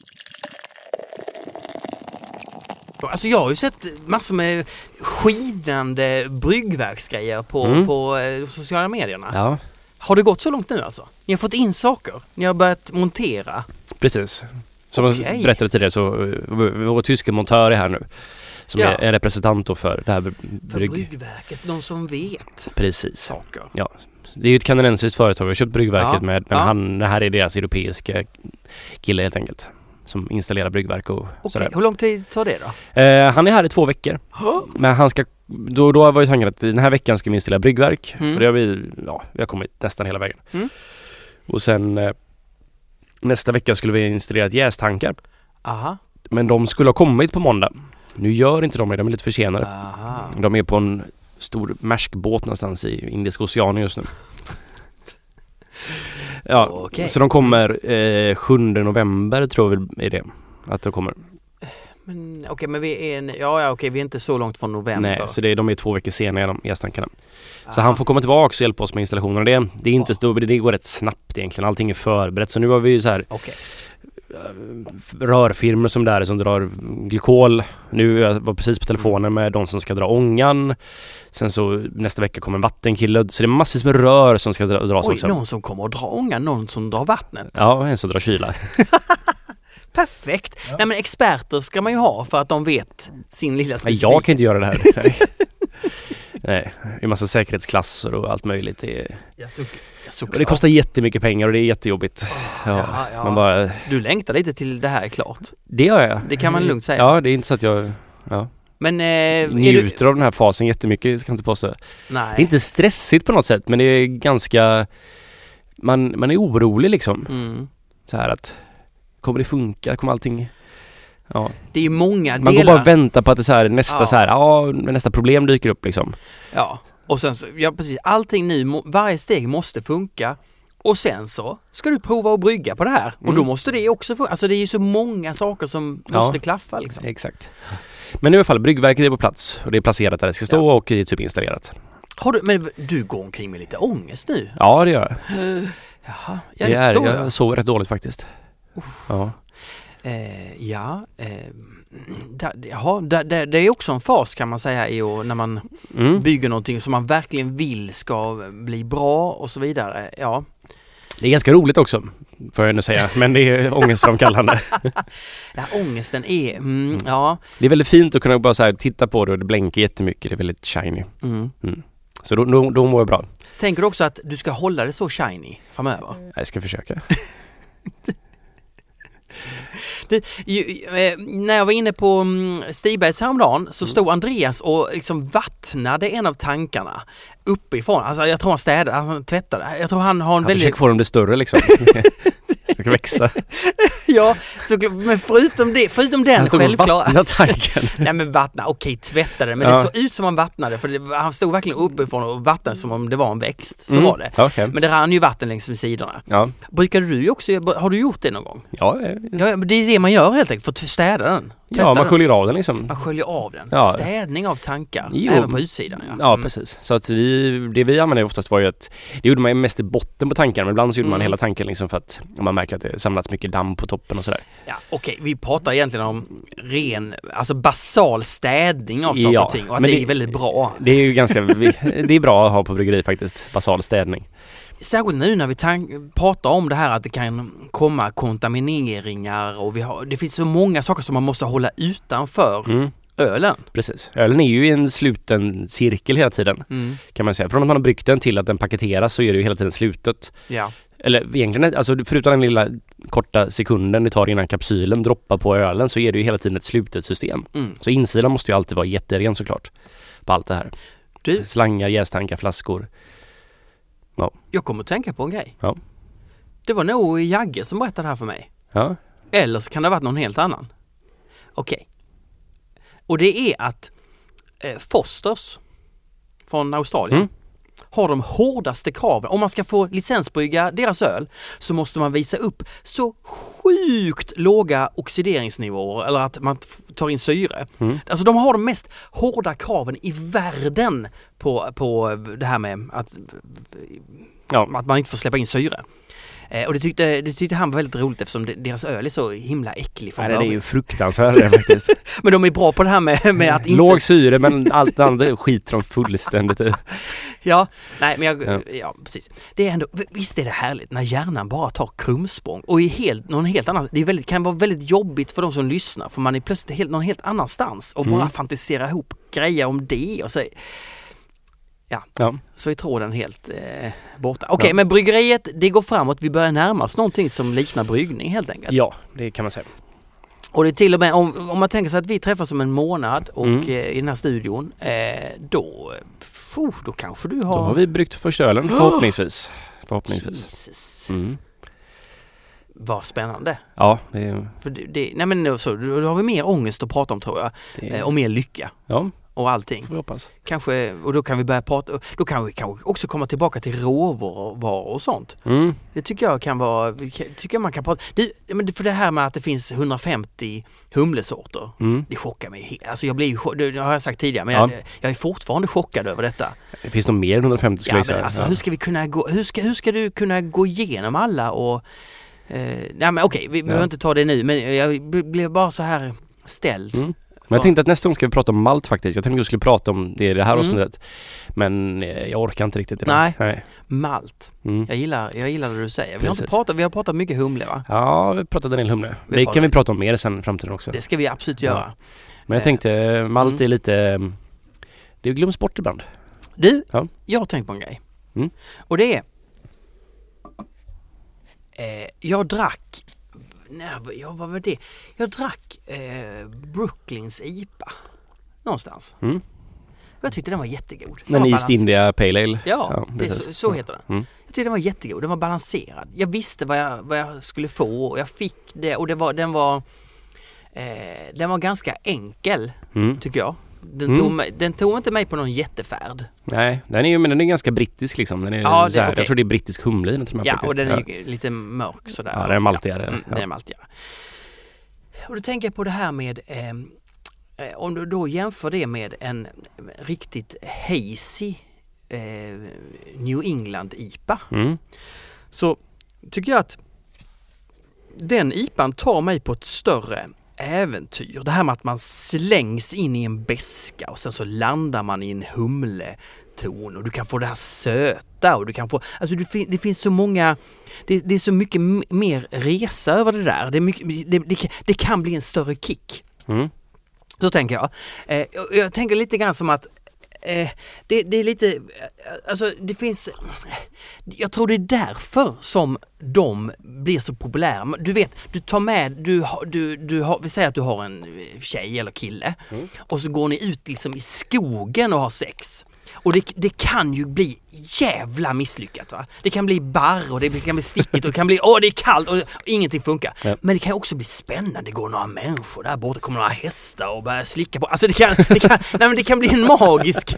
A: Alltså jag har ju sett massor med skidande bryggverksgrejer på, mm. på eh, sociala medierna.
B: Ja. Har
A: det gått så långt nu alltså? Ni har fått in saker. Ni har börjat montera.
B: Precis. Som okay. jag berättade tidigare så vår tyska montör är här nu. Som ja. är en representant då för det här brygg...
A: För bryggverket, de som vet.
B: Precis.
A: Saker.
B: Ja. Det är ju ett kanadensiskt företag. Vi har köpt bryggverket
A: ja.
B: med, men
A: ja.
B: han, det här är deras europeiska kille helt enkelt. Som installerar bryggverk och
A: okay.
B: sådär.
A: Hur lång tid tar det då?
B: Eh, han är här i två veckor.
A: Huh?
B: Men han ska, då, då var ju tanken att den här veckan ska vi installera bryggverk.
A: Mm.
B: Och det har vi, ja, vi har kommit nästan hela vägen.
A: Mm.
B: Och sen eh, nästa vecka skulle vi installera ett jästankar.
A: Aha.
B: Men de skulle ha kommit på måndag. Nu gör inte de det, de är lite försenade.
A: Aha.
B: De är på en stor märskbåt någonstans i Indiska oceanen just nu. Ja, okay. Så de kommer eh, sjunde november tror vi är det att de kommer.
A: Men okej, okay, men vi är en, ja ja okej, okay, vi är inte så långt från november.
B: Nej, så det är, de är två veckor senare de gästankarna. Så han får komma tillbaka och hjälpa oss med installationen. Det det är inte oh. stort, det går rätt snabbt egentligen. Allting är förberett. Så nu har vi ju så här
A: okay.
B: rörfirmor som där som drar glykol. Nu jag var precis på telefonen med de som ska dra ångan. Sen så nästa vecka kommer en vattenkille. Så det är massor med rör som ska dra, dras
A: Oj,
B: också.
A: Någon som kommer att dra ångan, någon som drar vattnet.
B: Ja, en som drar kyla.
A: Perfekt. Ja. Nej men experter ska man ju ha för att de vet sin lilla specifika.
B: Jag kan inte göra det här. Nej. Nej, det är massa säkerhetsklasser och allt möjligt. Det, är...
A: ja, så, ja, så
B: och det kostar jättemycket pengar och det är jättejobbigt. Oh, ja,
A: ja, ja.
B: Man bara...
A: Du längtar lite till det här är klart.
B: Det gör jag.
A: Det kan man lugnt säga.
B: Ja, det är inte så att jag... Ja.
A: Men, eh,
B: njuter
A: du...
B: av den här fasen jättemycket, ska jag inte påstå.
A: Nej.
B: Det är inte stressigt på något sätt, men det är ganska... Man, man är orolig liksom.
A: Mm.
B: Så här att... Kommer det funka? Kommer allting... Ja.
A: Det är ju många
B: man
A: delar.
B: Man går bara och väntar på att det så här, nästa
A: ja.
B: så här, ja, nästa problem dyker upp liksom.
A: Ja, och sen så, ja precis, allting nu, varje steg måste funka Och sen så ska du prova att brygga på det här. Mm. Och då måste det också få, alltså det är ju så många saker som ja, måste klaffa liksom.
B: Exakt. Men i alla fall, bryggverket är på plats och det är placerat där det ska stå ja. och det är typ installerat.
A: Har du, men du går omkring med lite ångest nu?
B: Ja, det gör jag.
A: Uh, jaha, ja, det,
B: det är,
A: förstår
B: jag.
A: jag.
B: Jag sover rätt dåligt faktiskt. Uff. Ja.
A: Eh, ja, eh, da, jaha, da, da, det är också en fas kan man säga i år, när man mm. bygger någonting som man verkligen vill ska bli bra och så vidare. Ja.
B: Det är ganska roligt också, får jag nu säga, men det är ångestframkallande.
A: Ja, ångesten är, mm, mm. ja.
B: Det är väldigt fint att kunna bara så här, titta på det och det blänker jättemycket, det är väldigt shiny. Mm. Mm. Så då, då, då mår jag bra.
A: Tänker du också att du ska hålla det så shiny framöver?
B: Jag ska försöka.
A: Du, ju, eh, när jag var inne på um, Stigbergs häromdagen så stod Andreas och liksom vattnade en av tankarna uppifrån. Alltså jag tror han städade, han tvättade. Jag tror han har en
B: jag
A: väldigt...
B: försöker få dem det större liksom. Det ska växa.
A: Ja, så, men förutom det, förutom den självklara...
B: Vattna tanken.
A: Nej men vattna, okej tvättade, men ja. det såg ut som han vattnade för det, han stod verkligen uppifrån och vattnade som om det var en växt, så mm. var det.
B: Okay.
A: Men det rann ju vatten längs med sidorna. Ja. Brukade du också, har du gjort det någon gång?
B: Ja.
A: ja. ja det är det man gör helt enkelt, för att städa den.
B: Ja, man sköljer av den liksom.
A: Man sköljer av den.
B: Ja.
A: Städning av tankar,
B: jo.
A: även på utsidan. Ja,
B: ja
A: mm.
B: precis. Så att vi, det vi använde oftast var ju att det gjorde man mest i botten på tankarna, men ibland så gjorde mm. man hela tanken liksom för att man märker att det samlats mycket damm på toppen och sådär.
A: Ja, okej. Okay. Vi pratar egentligen om ren, alltså basal städning av saker
B: ja,
A: och ting och att det, det är väldigt bra.
B: Det är ju ganska, det är bra att ha på bryggeri faktiskt, basal städning.
A: Särskilt nu när vi tan- pratar om det här att det kan komma kontamineringar och vi har, det finns så många saker som man måste hålla utanför mm. ölen.
B: Precis. Ölen är ju i en sluten cirkel hela tiden mm. kan man säga. Från att man har bryggt den till att den paketeras så är det ju hela tiden slutet.
A: Ja.
B: Eller egentligen, alltså förutom den lilla korta sekunden det tar innan kapsylen droppar på ölen så är det ju hela tiden ett slutet system. Mm. Så insidan måste ju alltid vara jätteren såklart på allt det här. Du? Slangar, jästankar, flaskor. Ja.
A: Jag kommer att tänka på en grej.
B: Ja.
A: Det var nog Jagge som berättade det här för mig.
B: Ja.
A: Eller så kan det ha varit någon helt annan. Okej. Okay. Och det är att eh, Fosters från Australien mm. har de hårdaste kraven. Om man ska få licensbrygga deras öl så måste man visa upp så sjukt låga oxideringsnivåer eller att man tar in syre. Mm. Alltså de har de mest hårda kraven i världen på, på det här med att, ja. att man inte får släppa in syre. Eh, och det tyckte, det tyckte han var väldigt roligt eftersom deras öl är så himla äcklig.
B: Nej, det är ju fruktansvärt faktiskt.
A: Men de är bra på det här med, med att inte...
B: Låg syre men allt annat skiter de fullständigt i.
A: Ja, nej men jag, ja.
B: ja
A: precis. Det är ändå, visst är det härligt när hjärnan bara tar krumsprång och är helt, någon helt annan, det är väldigt, kan vara väldigt jobbigt för de som lyssnar för man är plötsligt helt, någon helt annanstans och mm. bara fantiserar ihop grejer om det och så... Ja. ja, så är tråden helt eh, borta. Okej, okay, ja. Men bryggeriet, det går framåt. Vi börjar närma oss någonting som liknar bryggning helt enkelt.
B: Ja, det kan man säga.
A: Och det är till och med, om, om man tänker sig att vi träffas om en månad och mm. eh, i den här studion, eh, då, oh, då kanske du har...
B: Då har vi bryggt första ölen, förhoppningsvis. Förhoppningsvis.
A: Jesus.
B: Mm.
A: Vad spännande.
B: Ja, det är...
A: För det, det, nej men så, då har vi mer ångest att prata om tror jag. Det... Eh, och mer lycka.
B: Ja.
A: Och allting.
B: Jag hoppas.
A: Kanske, och då kan vi börja prata, då kan vi kanske också komma tillbaka till råvaror och sånt. Mm. Det tycker jag kan vara, tycker jag man kan prata, det, men för det här med att det finns hundrafemtio humlesorter, mm. det chockar mig. Alltså jag blir ju, det har jag sagt tidigare, men ja. jag, jag är fortfarande chockad över detta.
B: Det finns nog mer än hundrafemtio skulle
A: ja,
B: jag säga.
A: Men alltså,
B: ja.
A: hur ska vi kunna gå, hur ska, hur ska du kunna gå igenom alla och, eh, nej men okej, vi ja. behöver inte ta det nu, men jag blev bara så här ställd. Mm.
B: Men jag tänkte att nästa gång ska vi prata om malt faktiskt. Jag tänkte att vi skulle prata om det, det här och mm. sånt. Men jag orkar inte riktigt idag.
A: Nej, Nej. malt. Mm. Jag gillar jag gillar det du säger. Vi har, inte pratat, vi har pratat mycket humle va?
B: Ja, vi har pratat en del humle. Vi det kan vi prata om mer sen i framtiden också.
A: Det ska vi absolut göra.
B: Ja. Men jag tänkte, malt mm. är lite... Det glöms bort ibland.
A: Du, ja. jag har tänkt på en grej. Mm. Och det är... Eh, jag drack... Nej, jag var väl det. Jag drack eh, Brooklyns I P A någonstans. Mm. Jag tyckte den var jättegod. Den
B: var East India Pale Ale.
A: Ja, ja det, så, så heter den. Mm. Jag tyckte den var jättegod. Den var balanserad. Jag visste vad jag, vad jag skulle få och jag fick det och det var, den var eh, den var ganska enkel mm. tycker jag. Den,
B: Mm.
A: tog, mig- den tog inte mig på någon jättefärd.
B: Nej, den är ju men den är ganska brittisk liksom. Den är
A: Ja, det-
B: så här,
A: okej.
B: Jag tror det är brittisk humle i den till och med,
A: Ja,
B: faktiskt.
A: och den är
B: ja.
A: ju lite mörk sådär.
B: Ja, den är maltigare.
A: Ja, mm,
B: Ja.
A: den är maltigare. Och då tänker jag på det här med eh, eh, om du då jämför det med en riktigt hazy eh, New England I P A,
B: Mm.
A: så tycker jag att den I P A:n tar mig på ett större äventyr. Det här med att man slängs in i en beska och sen så landar man i en humleton och du kan få det här söta och du kan få, alltså det, fin- det finns så många, det, det är så mycket m- mer resa över det där. Det, är mycket, det, det, det kan bli en större kick.
B: Mm.
A: Så tänker jag. Eh, jag, jag tänker lite grann som att eh, det, det är lite, alltså det finns, jag tror det är därför som de blir så populära. Du vet, du tar med, du, har- du, du har, vi säger att du har en tjej eller kille
B: Mm.
A: och så går ni ut liksom i skogen och har sex. Och det, det kan ju bli jävla misslyckat, va? Det kan bli barr och det kan bli stickigt och det kan bli, åh det är kallt och, och ingenting funkar.
B: Ja.
A: Men det kan också bli spännande. Det går några människor där borta, kommer några hästar och börjar slicka på. Alltså det kan, det kan, nej men det kan bli en magisk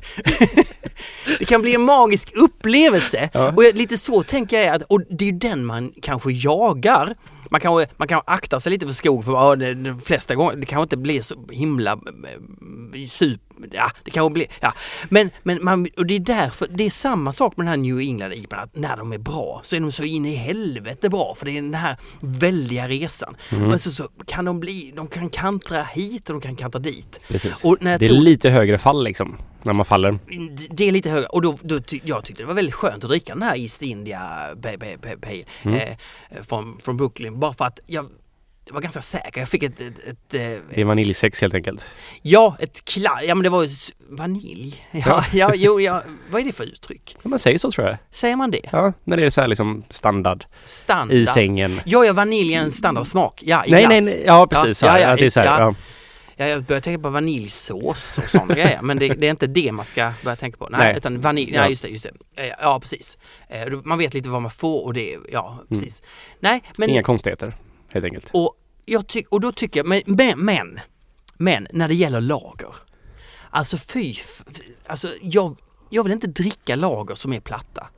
A: det kan bli en magisk upplevelse.
B: Ja.
A: Och jag, lite så tänker jag att, och det är ju den man kanske jagar. Man kan, man kan akta sig lite för skog för ja, det, de flesta gånger, det kan inte bli så himla eh, super, ja, det kan bli, ja. Men, men man, och det är därför, det är samma sak med den här New England I P A, att när de är bra så är de så in i helvete bra, för det är den här väldiga resan.
B: Mm.
A: Men så, så kan de bli, de kan kantra hit och de kan kantra dit.
B: Precis.
A: Och när jag
B: Det är
A: tog-
B: lite högre fall liksom, när man faller.
A: det är lite högre och då, då ty, jag tyckte det var väldigt skönt att dricka den här East India Pale Pale Pale Pale
B: Mm.
A: eh, från, från Brooklyn, bara för att jag var ganska säker. Jag fick ett, ett, ett, ett
B: Det är vaniljsex helt enkelt.
A: ja, ett klar, ja men det var ju s- vanilj. Ja, ja, jo, ja, vad är det för uttryck?
B: Ja, man säger så tror jag.
A: Säger man det?
B: Ja, när det är så här liksom standard
A: Standard.
B: i sängen.
A: Ja, ja, vanilj är en standardsmak. Ja, i
B: Nej,
A: glass.
B: nej, nej, ja precis.
A: Ja,
B: Ja,
A: ja,
B: ja, det är så här,
A: ja.
B: ja.
A: Ja, jag börjar tänka på vaniljsås och sådana grejer, men det, det är inte det man ska börja tänka på. Nej,
B: Nej.
A: utan vanilj,
B: Ja.
A: nej just det, just det. Eh, Ja, precis. Eh, då- Man vet lite vad man får och det, ja, precis. Nej, men
B: Inga konstigheter, helt enkelt.
A: och, jag ty- och då tycker jag, men, men, men, men när det gäller lager, alltså fy, f- alltså jag, jag vill inte dricka lager som är platta.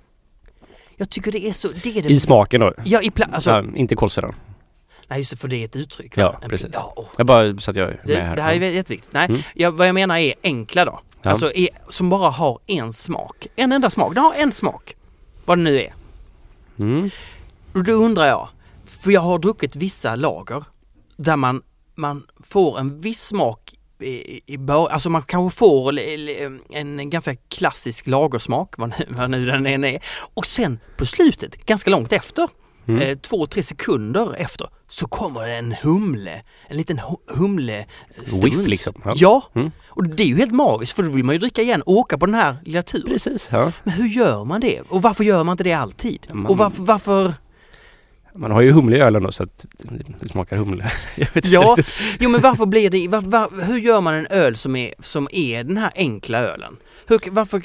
A: Jag tycker det är så, det är det.
B: I smaken då?
A: Ja, i pla- alltså,
B: Ja, inte kolsyran.
A: nej just det, för det är ett uttryck.
B: Ja,
A: va? En-
B: precis.
A: Ja, åh.
B: Jag bara så att jag är
A: Det,
B: med här.
A: det här är jätteviktigt. Nej,
B: Mm.
A: jag, vad jag menar är enkla då.
B: Ja.
A: Alltså är, som bara har en smak. En enda smak. Den har en smak. Vad det nu är.
B: Mm.
A: Och då undrar jag, för jag har druckit vissa lager där man, man får en viss smak i, i början. Alltså man kanske får l- l- en ganska klassisk lagersmak, vad nu, vad nu den än är. Och sen på slutet, ganska långt efter,
B: Mm.
A: eh, två, tre sekunder efter, så kommer det en humle, en liten hu- humle
B: Whiff liksom, ja.
A: Ja,
B: Mm.
A: och det är ju helt magiskt, för då vill man ju dricka igen och åka på den här lilla turen.
B: Precis, ja.
A: Men hur gör man det? Och varför gör man inte det alltid?
B: Man-
A: Och varför, varför...
B: Man har ju humle i ölen då så att det smakar humle. Jag vet inte
A: Ja,
B: riktigt.
A: jo men varför blir det... Var, var, hur gör man en öl som är, som är den här enkla ölen? Hur, varför...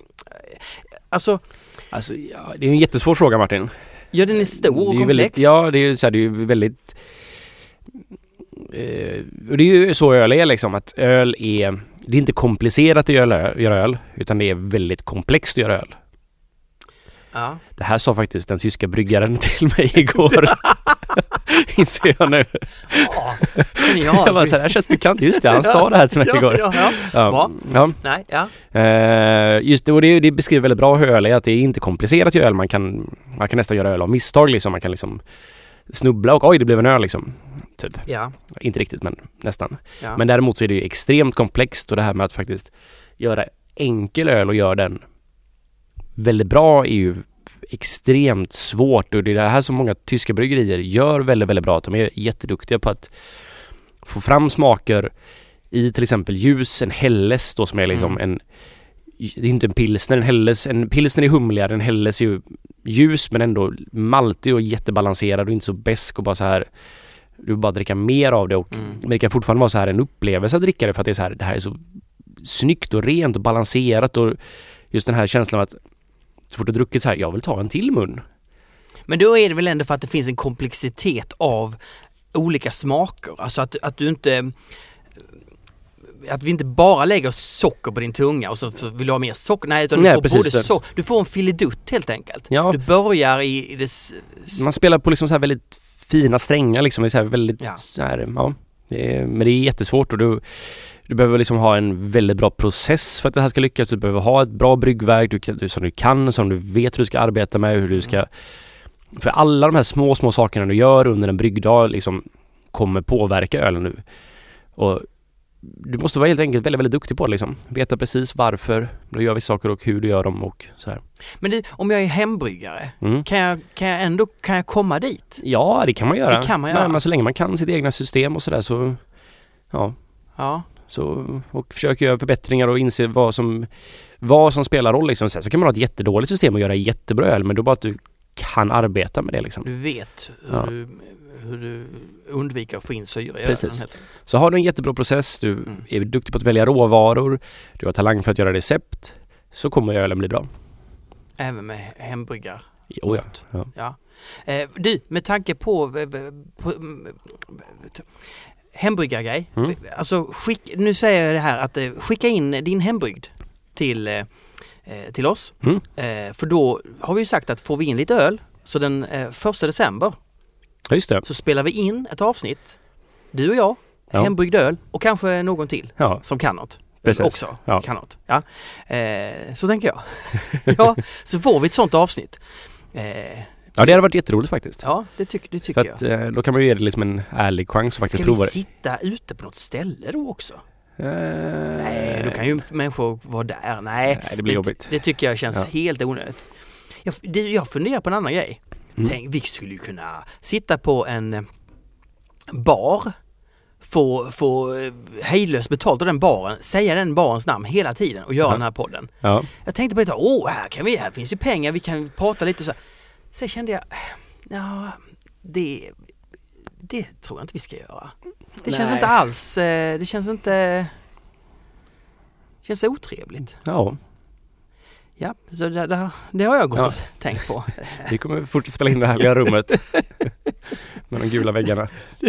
A: Alltså,
B: Alltså, ja, det är ju en jättesvår fråga, Martin.
A: ja den är stor och
B: Det är ju
A: komplex.
B: väldigt, ja, det är ju så här, det är ju väldigt eh, och det är ju så öl är liksom, att öl är, det är inte komplicerat att göra, göra öl, utan det är väldigt komplext att göra öl.
A: Ja.
B: Det här sa faktiskt den tyska bryggaren till mig igår. Inser jag nu.
A: Ja, genialt.
B: Jag bara så här, det här känns bekant. Just det, han sa det här till mig
A: ja,
B: igår.
A: Ja, ja.
B: Ja,
A: Bra.
B: ja.
A: Nej, ja.
B: Eh, just det, och det, det beskriver väldigt bra hur öl är, att det är inte komplicerat att göra öl. Man kan, man kan nästan göra öl av misstag liksom. Man kan liksom snubbla och oj, det blev en öl liksom. Typ.
A: Ja.
B: Inte riktigt, men nästan.
A: Ja.
B: Men däremot så är det ju extremt komplext, och det här med att faktiskt göra enkel öl och göra den väldigt bra är ju extremt svårt, och det är det här som många tyska bryggerier gör väldigt, väldigt bra. Att de är jätteduktiga på att få fram smaker i till exempel ljus, en Helles då som är liksom
A: Mm.
B: en, det är inte en pilsner, en Helles, en pilsner är humligare, en Helles är ju ljus men ändå maltig och jättebalanserad och inte så besk och bara så här, du vill bara dricka mer av det, och
A: Mm.
B: men det kan fortfarande vara så här en upplevelse att dricka det, för att det är så här, det här är så snyggt och rent och balanserat, och just den här känslan av att så fort du druckit så här, jag vill ta en till mun.
A: Men då är det väl ändå för att det finns en komplexitet av olika smaker. Alltså att, att du inte... att vi inte bara lägger socker på din tunga och så vill du ha mer socker. Nej, utan
B: Nej,
A: du får
B: precis
A: både
B: det.
A: so- Du får en filidutt helt enkelt.
B: Ja.
A: Du börjar i, i det... S-
B: Man spelar på liksom så här väldigt fina strängar liksom. Det är så här väldigt
A: Ja.
B: så här, ja. Det är, men det är jättesvårt och du, du behöver liksom ha en väldigt bra process för att det här ska lyckas. Du behöver ha ett bra bryggverk du, du, som du kan, som du vet hur du ska arbeta med, hur du ska... För alla de här små, små sakerna du gör under en bryggdag liksom kommer påverka ölen nu. Och du måste vara helt enkelt väldigt, väldigt duktig på det liksom. Veta precis varför du gör vissa saker och hur du gör dem och sådär.
A: Men du, om jag är hembryggare,
B: Mm.
A: kan, jag, kan jag ändå kan jag komma dit?
B: Ja, det kan man göra.
A: Det kan man göra.
B: Men, men så länge man kan sitt egna system och sådär så... Ja,
A: Ja.
B: så... Och försöka göra förbättringar och inse vad som... Vad som spelar roll liksom. Sen så kan man ha ett jättedåligt system och göra jättebra öl, men då bara att du kan arbeta med det liksom.
A: Du vet hur,
B: Ja.
A: du, hur du undviker att få in syre i
B: Precis.
A: ölen, helt enkelt.
B: Så har du en jättebra process, du
A: Mm.
B: är duktig på att välja råvaror, du har talang för att göra recept, så kommer ölen bli bra.
A: Även med hembryggar.
B: Jo, ja. Ja.
A: Ja. Eh, du, med tanke på, på, på hembryggargrej.
B: Mm.
A: Alltså, skick, nu säger jag det här att eh, skicka in din hembrygd till, eh, till oss.
B: Mm.
A: Eh, för då har vi ju sagt att får vi in lite öl, så den eh, första december
B: Ja, just det.
A: så spelar vi in ett avsnitt. Du och jag,
B: Ja.
A: hembryggd öl och kanske någon till
B: Ja,
A: som kan något.
B: Precis.
A: Också
B: Ja.
A: kan något. Ja. Eh, så tänker jag. Ja, så får vi ett sånt avsnitt. Eh,
B: ja det hade varit jätteroligt faktiskt.
A: ja, det, tyck, det tycker
B: För att
A: jag.
B: eh, då kan man ju ge det liksom en ärlig chans att faktiskt
A: Ska vi
B: prova det.
A: sitta ute på något ställe då också?
B: Eh,
A: Nej, då kan ju människor vara där. Nej,
B: Nej, det blir jobbigt.
A: Det tycker jag känns
B: Ja.
A: helt onödigt. Jag, det, jag funderar på en annan grej.
B: Mm.
A: Tänk, vi skulle ju kunna sitta på en eh, bar, få, få eh, hejdlöst betalt av den baren, säga den barens namn hela tiden och göra
B: Ja.
A: den här podden.
B: Ja.
A: Jag tänkte på det, åh, här, kan vi, här finns ju pengar, vi kan prata lite så här. Sen kände jag, ja, det, det tror jag inte vi ska göra. Det känns
B: Nej.
A: inte alls, eh, det känns inte, det känns otrevligt.
B: Ja,
A: Ja, så det, det, det har jag gått
B: Ja.
A: och tänkt på.
B: vi kommer fortsätta spela in det här lilla rummet med de gula väggarna.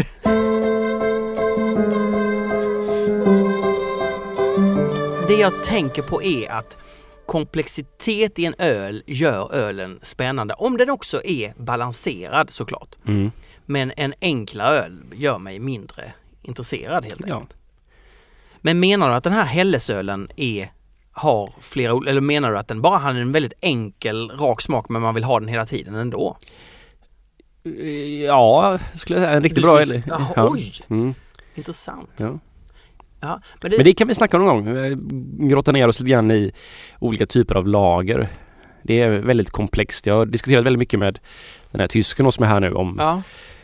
A: Det jag tänker på är att komplexitet i en öl gör ölen spännande. Om den också är balanserad såklart.
B: Mm.
A: Men en enklare öl gör mig mindre intresserad helt
B: Ja.
A: enkelt. Men menar du att den här Hellesölen är, har flera, ol- eller menar du att den bara har en väldigt enkel, rak smak men man vill ha den hela tiden ändå?
B: Ja, skulle jag säga. En riktigt
A: Du
B: bra
A: skulle-
B: öl.
A: Jaha,
B: Ja.
A: oj,
B: Mm.
A: intressant.
B: Ja.
A: Ja, men det,
B: Men det kan vi snacka om någon gång. Eh, Grotta ner oss lite grann i olika typer av lager. Det är väldigt komplext. Jag har diskuterat väldigt mycket med den här tysken som är här nu om...
A: ja,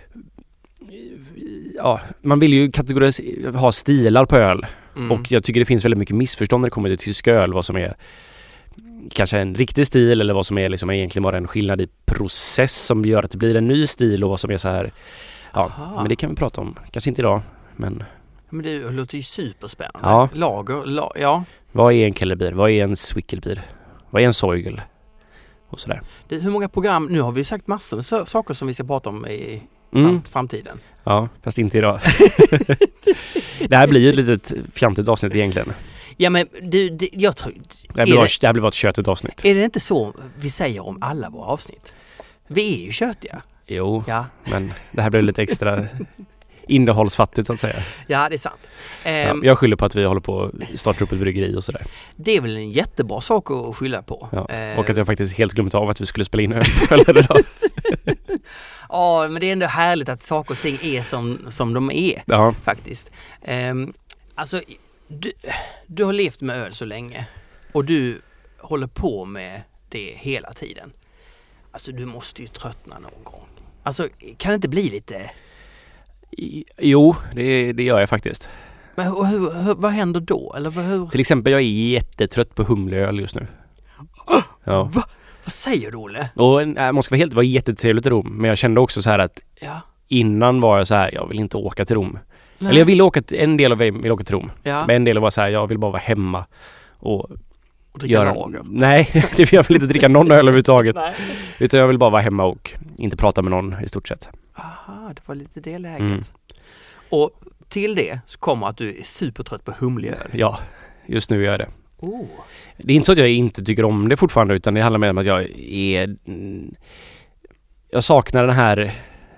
B: Ja, man vill ju kategorisera, ha stilar på öl.
A: mm.
B: Och jag tycker det finns väldigt mycket missförstånd när det kommer till tysk öl. Vad som är kanske en riktig stil eller vad som är liksom egentligen bara en skillnad i process som gör att det blir en ny stil och vad som är så här. Ja,
A: Aha.
B: men det kan vi prata om. Kanske inte idag, men
A: Men det låter ju superspännande.
B: Ja.
A: Lager, la, ja.
B: vad är en Kellerbier? Vad är en Swickelbier? Vad är en Soigel? Och sådär.
A: Det, hur många program, nu har vi sagt massor med så, saker som vi ska prata om i
B: Mm.
A: fram, framtiden.
B: Ja, fast inte idag. Det här blir ju ett litet fjantigt avsnitt egentligen.
A: Ja men du, det, jag tror...
B: Det här blir,
A: är
B: bara,
A: det,
B: det här blir bara ett köttigt avsnitt.
A: är det inte så vi säger om alla våra avsnitt? Vi är ju köttiga.
B: Jo,
A: Ja,
B: men det här blir lite extra innehållsfattigt så att säga.
A: ja det är sant.
B: Ja,
A: Ehm,
B: jag skyller på att vi håller på att starta upp ett bryggeri och sådär.
A: Det är väl en jättebra sak att skylla på.
B: Ja.
A: Ehm,
B: Och att jag faktiskt helt glömt av att vi skulle spela in öl idag.
A: Ja, men det är ändå härligt att saker och ting är som, som de är
B: Ja,
A: faktiskt. Um, alltså, du, du har levt med öl så länge och du håller på med det hela tiden. Alltså du måste ju tröttna någon gång. Alltså kan det inte bli lite...
B: I- jo, det, det gör jag faktiskt.
A: Men hur, hur, hur, vad händer då? Eller vad- hur?
B: Till exempel, jag är jättetrött på humleöl just nu. Ja.
A: Va? Vad säger du, Olle?
B: Och äh, man ska vara helt, det var jättetrevligt i Rom. Men jag kände också så här att
A: Ja.
B: innan var jag så här, jag vill inte åka till Rom.
A: Nej.
B: Eller jag ville åka till, en del av mig vill åka till Rom.
A: Ja.
B: Men en del var så här, jag vill bara vara hemma och
A: Och dricka
B: göra...
A: lager.
B: Nej, jag vill inte dricka någon öl överhuvudtaget.
A: Nej.
B: Utan jag vill bara vara hemma och inte prata med någon i stort sett.
A: Aha, det var lite det läget.
B: Mm.
A: Och till det så kommer att du är supertrött på humleöl.
B: Ja, just nu gör jag det.
A: Oh.
B: Det är inte så att jag inte tycker om det fortfarande, utan det handlar mer om att jag är... Jag saknar den här...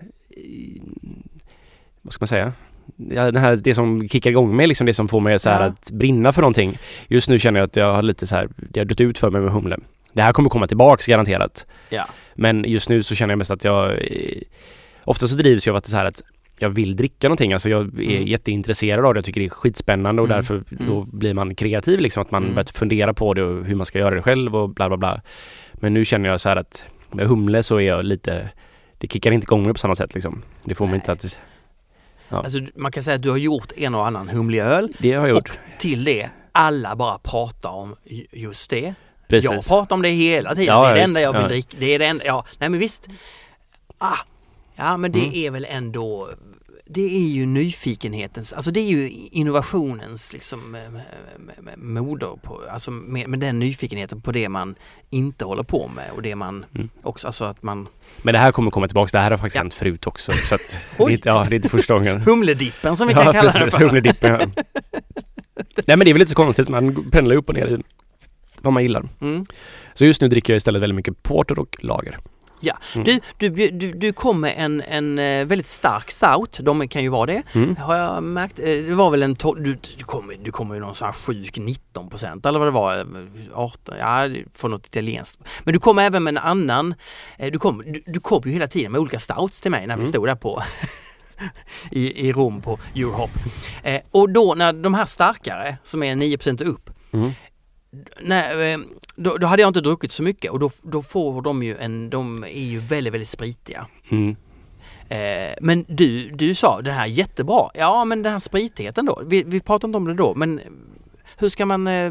B: Vad ska man säga? Ja, den här, det som kickar igång mig, liksom det som får mig så här
A: Ja.
B: att brinna för någonting. Just nu känner jag att jag har lite så här... Det har dött ut för mig med humle. Det här kommer komma tillbaks garanterat.
A: Ja.
B: Men just nu så känner jag mest att jag... Ofta så drivs jag av att det så här att jag vill dricka någonting. Alltså jag är
A: Mm.
B: jätteintresserad av det. Jag tycker det är skitspännande och
A: Mm.
B: därför
A: Mm.
B: då blir man kreativ liksom. Att man
A: Mm.
B: börjar fundera på det och hur man ska göra det själv och bla bla bla. Men nu känner jag så här att med humle så är jag lite... Det kickar inte igång mig på samma sätt liksom. Det får mig inte att... Ja.
A: Alltså, man kan säga att du har gjort en och annan humleöl.
B: Det har jag gjort.
A: Och till det, alla bara pratar om ju- just det.
B: Precis.
A: Jag pratar om det hela tiden.
B: Ja,
A: det är det
B: just,
A: enda jag vill
B: ja.
A: dricka. Det är det enda, ja, nej men visst. Ah, ja, men det
B: Mm.
A: är väl ändå... Det är ju nyfikenhetens, alltså det är ju innovationens liksom eh, eh, moder på, alltså med, med den nyfikenheten på det man inte håller på med och det man
B: Mm.
A: också, alltså att man...
B: Men det här kommer komma tillbaka. Det här har faktiskt
A: Ja.
B: hänt förut också. Så att det,
A: Oj.
B: är inte, ja, det är inte första gången.
A: Humledippen som vi
B: Ja,
A: kan kalla det
B: precis.
A: för.
B: Humledippen, ja. Nej men det är väl inte så konstigt. Man pendlar upp och ner i vad man gillar.
A: Mm.
B: Så just nu dricker jag istället väldigt mycket porter och lager.
A: Ja,
B: Mm.
A: du, du, du, du kom med en, en eh, väldigt stark stout, de kan ju vara det,
B: Mm.
A: har jag märkt. Eh, Det var väl en, to- du, du kommer du kom ju någon sån här sjuk nitton procent eller vad det var, eh, arton, ja, för något italienskt. Men du kom även med en annan, eh, du kom, du, du kom ju hela tiden med olika stouts till mig när vi
B: Mm.
A: stod där på i, i Rom på Eurohop. Eh, och då när de här starkare, som är nio procent upp,
B: Mm.
A: nej, eh, då, då hade jag inte druckit så mycket och då, då får de ju en, de är ju väldigt, väldigt spritiga.
B: Mm.
A: Eh, men du, du sa det här är jättebra. Ja, men den här spritigheten då, vi, vi pratade inte om det då, men hur ska man... Eh,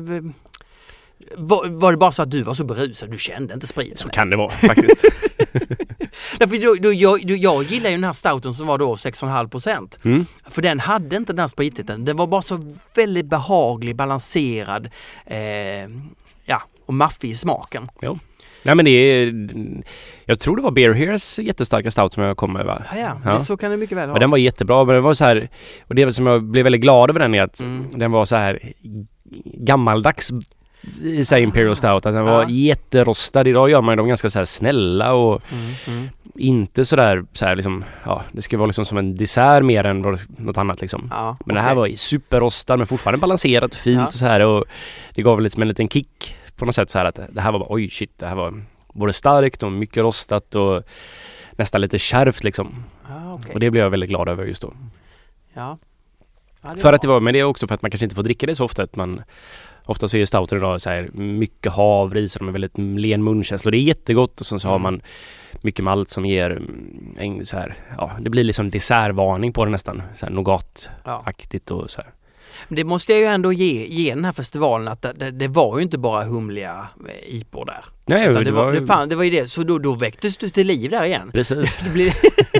A: var, var det bara så att du var så berusad, du kände inte spriten?
B: Så kan det vara faktiskt.
A: Därför då, då, jag, då, jag gillar ju den här stouten som var då sex komma fem procent.
B: Mm.
A: För den hade inte den här spritigheten. Den var bara så väldigt behaglig, balanserad, eh, ja, och maffig i smaken.
B: Jo. Nej men det är... Jag tror det var Beer Here's jättestarka stout som jag kom med, va?
A: Ja, ja,
B: Ja.
A: Det, så kan det mycket väl ha.
B: Men den var jättebra, men den var så här... Och det som jag blev väldigt glad över den är att
A: Mm.
B: den var så här gammaldags i sig Imperial Stout. Att den var
A: Ja.
B: jätterostad. Idag gör man dem ganska så här snälla och
A: Mm, mm.
B: inte så där, så här liksom... Ja, det ska vara liksom som en dessert mer än något annat liksom.
A: Ja,
B: Men det här
A: okej.
B: var superrostad men fortfarande balanserat och fint
A: Ja.
B: och så här, och det gav lite som en liten kick på något sätt så här att det här var bara, oj shit, det här var både starkt och mycket rostat och nästan lite kärvt liksom.
A: Ja, okej.
B: Och det blev jag väldigt glad över just då.
A: Ja. Ja, det
B: För
A: var-
B: att det var, men det är också för att man kanske inte får dricka det så ofta, att man ofta så är stouter idag så här mycket havre i, så de är väldigt len munkänsla och det är jättegott, och sen så har
A: Mm.
B: man mycket malt som ger mm, en så här, ja, det blir liksom dessertvarning på det nästan, så här nougataktigt
A: Ja.
B: och så här.
A: Men det måste jag ju ändå ge, ge den här festivalen att det, det, det var ju inte bara humliga eh, I P O där.
B: Nej,
A: Utan
B: det,
A: det, var,
B: var
A: det, fan, det var ju det, så då, då väcktes du till liv där igen.
B: precis.
A: Det blir,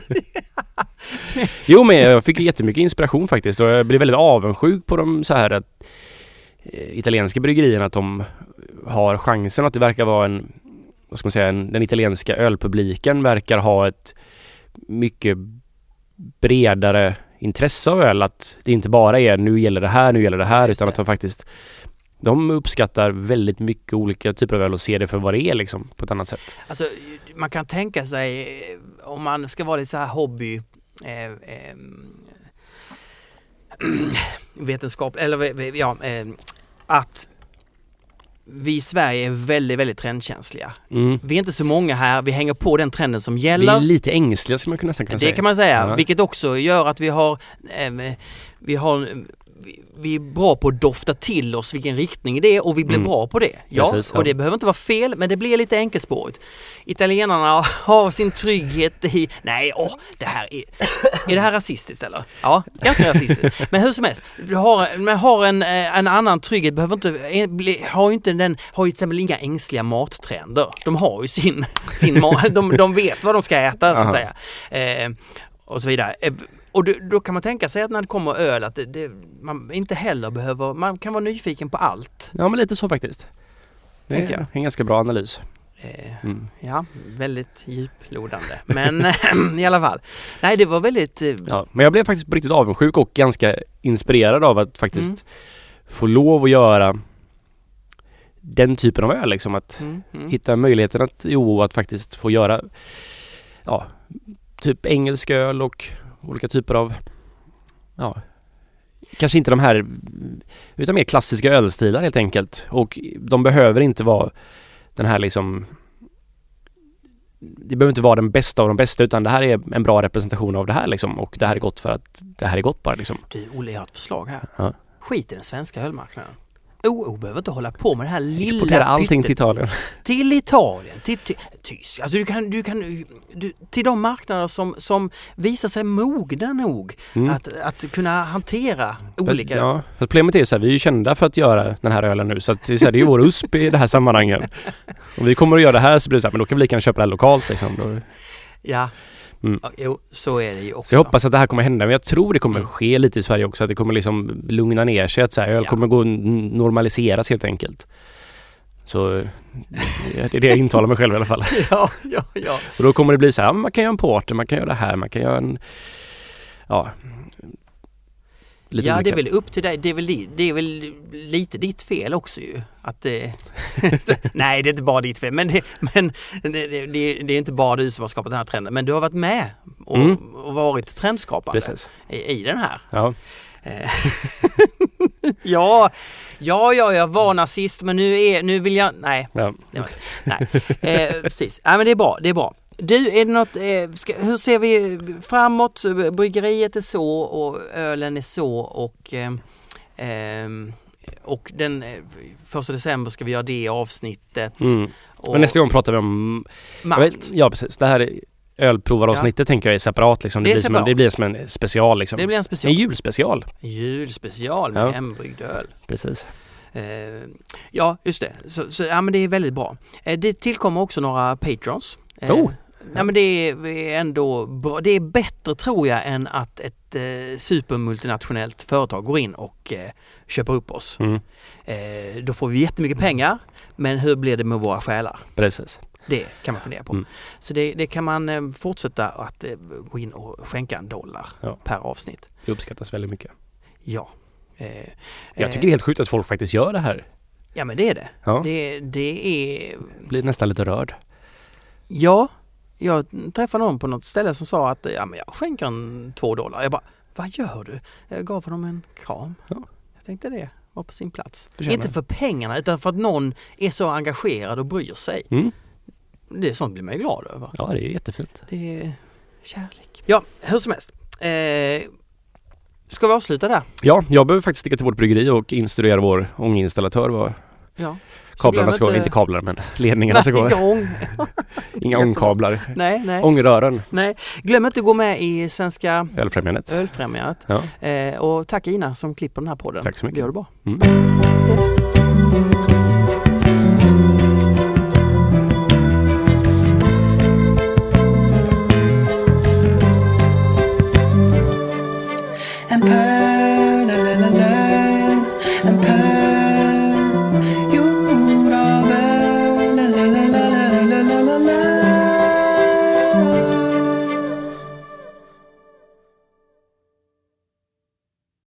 B: Jo, men jag fick jättemycket inspiration faktiskt, och jag blev väldigt avundsjuk på de så här att, eh, italienska bryggerierna, att de har chansen, att det verkar vara en, vad ska man säga, en, den italienska ölpubliken verkar ha ett mycket bredare intresse av öl, att det inte bara är nu gäller det här, nu gäller det här,
A: Just
B: utan
A: det.
B: att de faktiskt de uppskattar väldigt mycket olika typer av öl och ser det för vad det är liksom, på ett annat sätt.
A: alltså, man kan tänka sig, eh, om man ska vara lite så här hobby eh, eh, vetenskap, eller ja, eh, att vi i Sverige är väldigt, väldigt trendkänsliga.
B: Mm.
A: Vi är inte så många här, vi hänger på den trenden som
B: Vi
A: gäller.
B: är lite ängsliga, skulle man kunna nästan kunna
A: Det
B: säga.
A: kan man säga,
B: Ja.
A: vilket också gör att vi har, eh, vi har vi- vi är bra på att dofta till oss vilken riktning det är och vi blir
B: Mm.
A: bra på det. Ja,
B: Precis, ja.
A: och det behöver inte vara fel, men det blir lite enkelspårigt. Italienarna har sin trygghet i, nej, åh, det här är, är det här rasistiskt eller? Ja, ganska rasistiskt. Men hur som helst, du har, man har en, eh, en annan trygghet, behöver inte, eh, bli, har ju inte den, har ju till exempel inga ängsliga mattrender. De har ju sin, sin mat, de, de vet vad de ska äta, så att
B: Aha.
A: säga. Eh, och så vidare. Eh, Och då, då kan man tänka sig att när det kommer öl att det, det, man inte heller behöver, man kan vara nyfiken på allt.
B: Ja, men lite så faktiskt. Det
A: Tänker
B: är
A: jag.
B: en ganska bra analys.
A: Eh,
B: Mm.
A: Ja, väldigt djuplodande. Men i alla fall. Nej, det var väldigt... Eh,
B: Ja, men jag blev faktiskt på riktigt avundsjuk och ganska inspirerad av att faktiskt
A: Mm.
B: få lov att göra den typen av öl. Liksom, att
A: mm, mm.
B: hitta möjligheten att, jo, att faktiskt få göra ja, typ engelsk öl och olika typer av ja, kanske inte de här utan mer klassiska ölstilar helt enkelt. Och de behöver inte vara den här liksom det behöver inte vara den bästa av de bästa, utan det här är en bra representation av det här liksom, och det här är gott för att det här är gott bara liksom.
A: Du, Olle, jag har ett förslag här.
B: Ja.
A: Skit i den svenska ölmarknaden. O O behöver inte hålla på med det här lilla
B: Exportera allting
A: pytte-
B: till Italien.
A: Till Italien, till ty- tysk. Alltså du kan, du kan du, till de marknader som, som visar sig mogna nog
B: Mm.
A: att, att kunna hantera olika...
B: Ja, för problemet är så här, vi är ju kända för att göra den här ölen nu, så att det är, så här, det är ju vår U S P i det här sammanhanget. Om vi kommer att göra det här så blir det så här, men då kan vi lika gärna köpa det här lokalt liksom. Då,
A: Ja,
B: Mm.
A: ja, jo, så är det ju också.
B: så jag hoppas att det här kommer hända, men jag tror det kommer ske lite i Sverige också, att det kommer liksom lugna ner sig, att så här, öl
A: Ja.
B: kommer gå n- normaliseras helt enkelt. Så det är det jag intalar mig själv i alla fall.
A: Ja, ja, ja.
B: Och då kommer det bli så här, man kan göra en porter, man kan göra det här, man kan göra en ja, lite
A: Ja, det är
B: olika.
A: väl upp till dig. Det är väl, di- det är väl lite ditt fel också ju. Att det... Nej, det är inte bara ditt fel. Men, det, men det, det, det är inte bara du som har skapat den här trenden. Men du har varit med och,
B: Mm.
A: och varit trendskapande
B: Precis.
A: i, i den här.
B: Ja.
A: Eh, ja, ja, ja, jag var nazist, men nu, är, nu vill jag... Nej,
B: Ja.
A: det var, nej. Eh, precis. Nej, men det är bra, det är bra. Du, är det något, eh, ska, hur ser vi framåt? Bryggeriet är så och ölen är så och, eh, eh, och den eh, första december ska vi göra det avsnittet.
B: Mm.
A: Och
B: Men nästa gång pratar vi om jag
A: malt.
B: vet, ja precis, det här är ölprovaravsnittet tänker jag är separat liksom. Det,
A: Det är
B: blir som en,
A: separat.
B: det blir som en special liksom.
A: Det blir en
B: En
A: special.
B: julspecial.
A: Julspecial med
B: Ja.
A: hembryggd öl.
B: Precis.
A: Eh, ja, just det. Så, så, ja, men det är väldigt bra. Eh, det tillkommer också några patrons. Eh,
B: Oh.
A: Nej, men det är ändå bra. Det är bättre tror jag än att ett eh, supermultinationellt företag går in och eh, köper upp oss.
B: Mm.
A: Eh, då får vi jättemycket pengar, men hur blir det med våra själar?
B: Precis.
A: Det kan man fundera på.
B: Mm.
A: Så det, det kan man eh, fortsätta att eh, gå in och skänka en dollar
B: Ja.
A: per avsnitt.
B: Det uppskattas väldigt mycket.
A: Ja. Eh,
B: Jag
A: eh,
B: tycker det är helt sjukt att folk faktiskt gör det här.
A: Ja, men det är det.
B: Ja.
A: Det, det är...
B: Blir nästan lite rörd.
A: Ja, jag träffade någon på något ställe som sa att ja, men jag skänker en två dollar. Jag bara, vad gör du? Jag gav honom en kram.
B: Ja.
A: Jag tänkte det var på sin plats.
B: Förtjänar.
A: Inte för pengarna utan för att någon är så engagerad och bryr sig.
B: Mm.
A: Det är sånt blir man ju glad över.
B: Ja, det är jättefint.
A: Det är kärlek. Ja, hur som helst. Eh, ska vi avsluta där?
B: Ja, jag behöver faktiskt sticka till vårt bryggeri och instruera vår ånginstallatör vad
A: Ja. Så
B: kablarna
A: glöm
B: ska gå. Inte kablar, men ledningarna ska gå.
A: Nej, ång.
B: Inga ångkablar.
A: nej, nej,
B: Ångrören.
A: nej. Glöm inte att gå med i Svenska
B: Ölfrämjandet.
A: Ölfrämjandet.
B: Ja.
A: Eh, och tack Ina som klipper den här podden.
B: Tack så mycket.
A: Det gör det bra.
B: Mm.
A: Ses.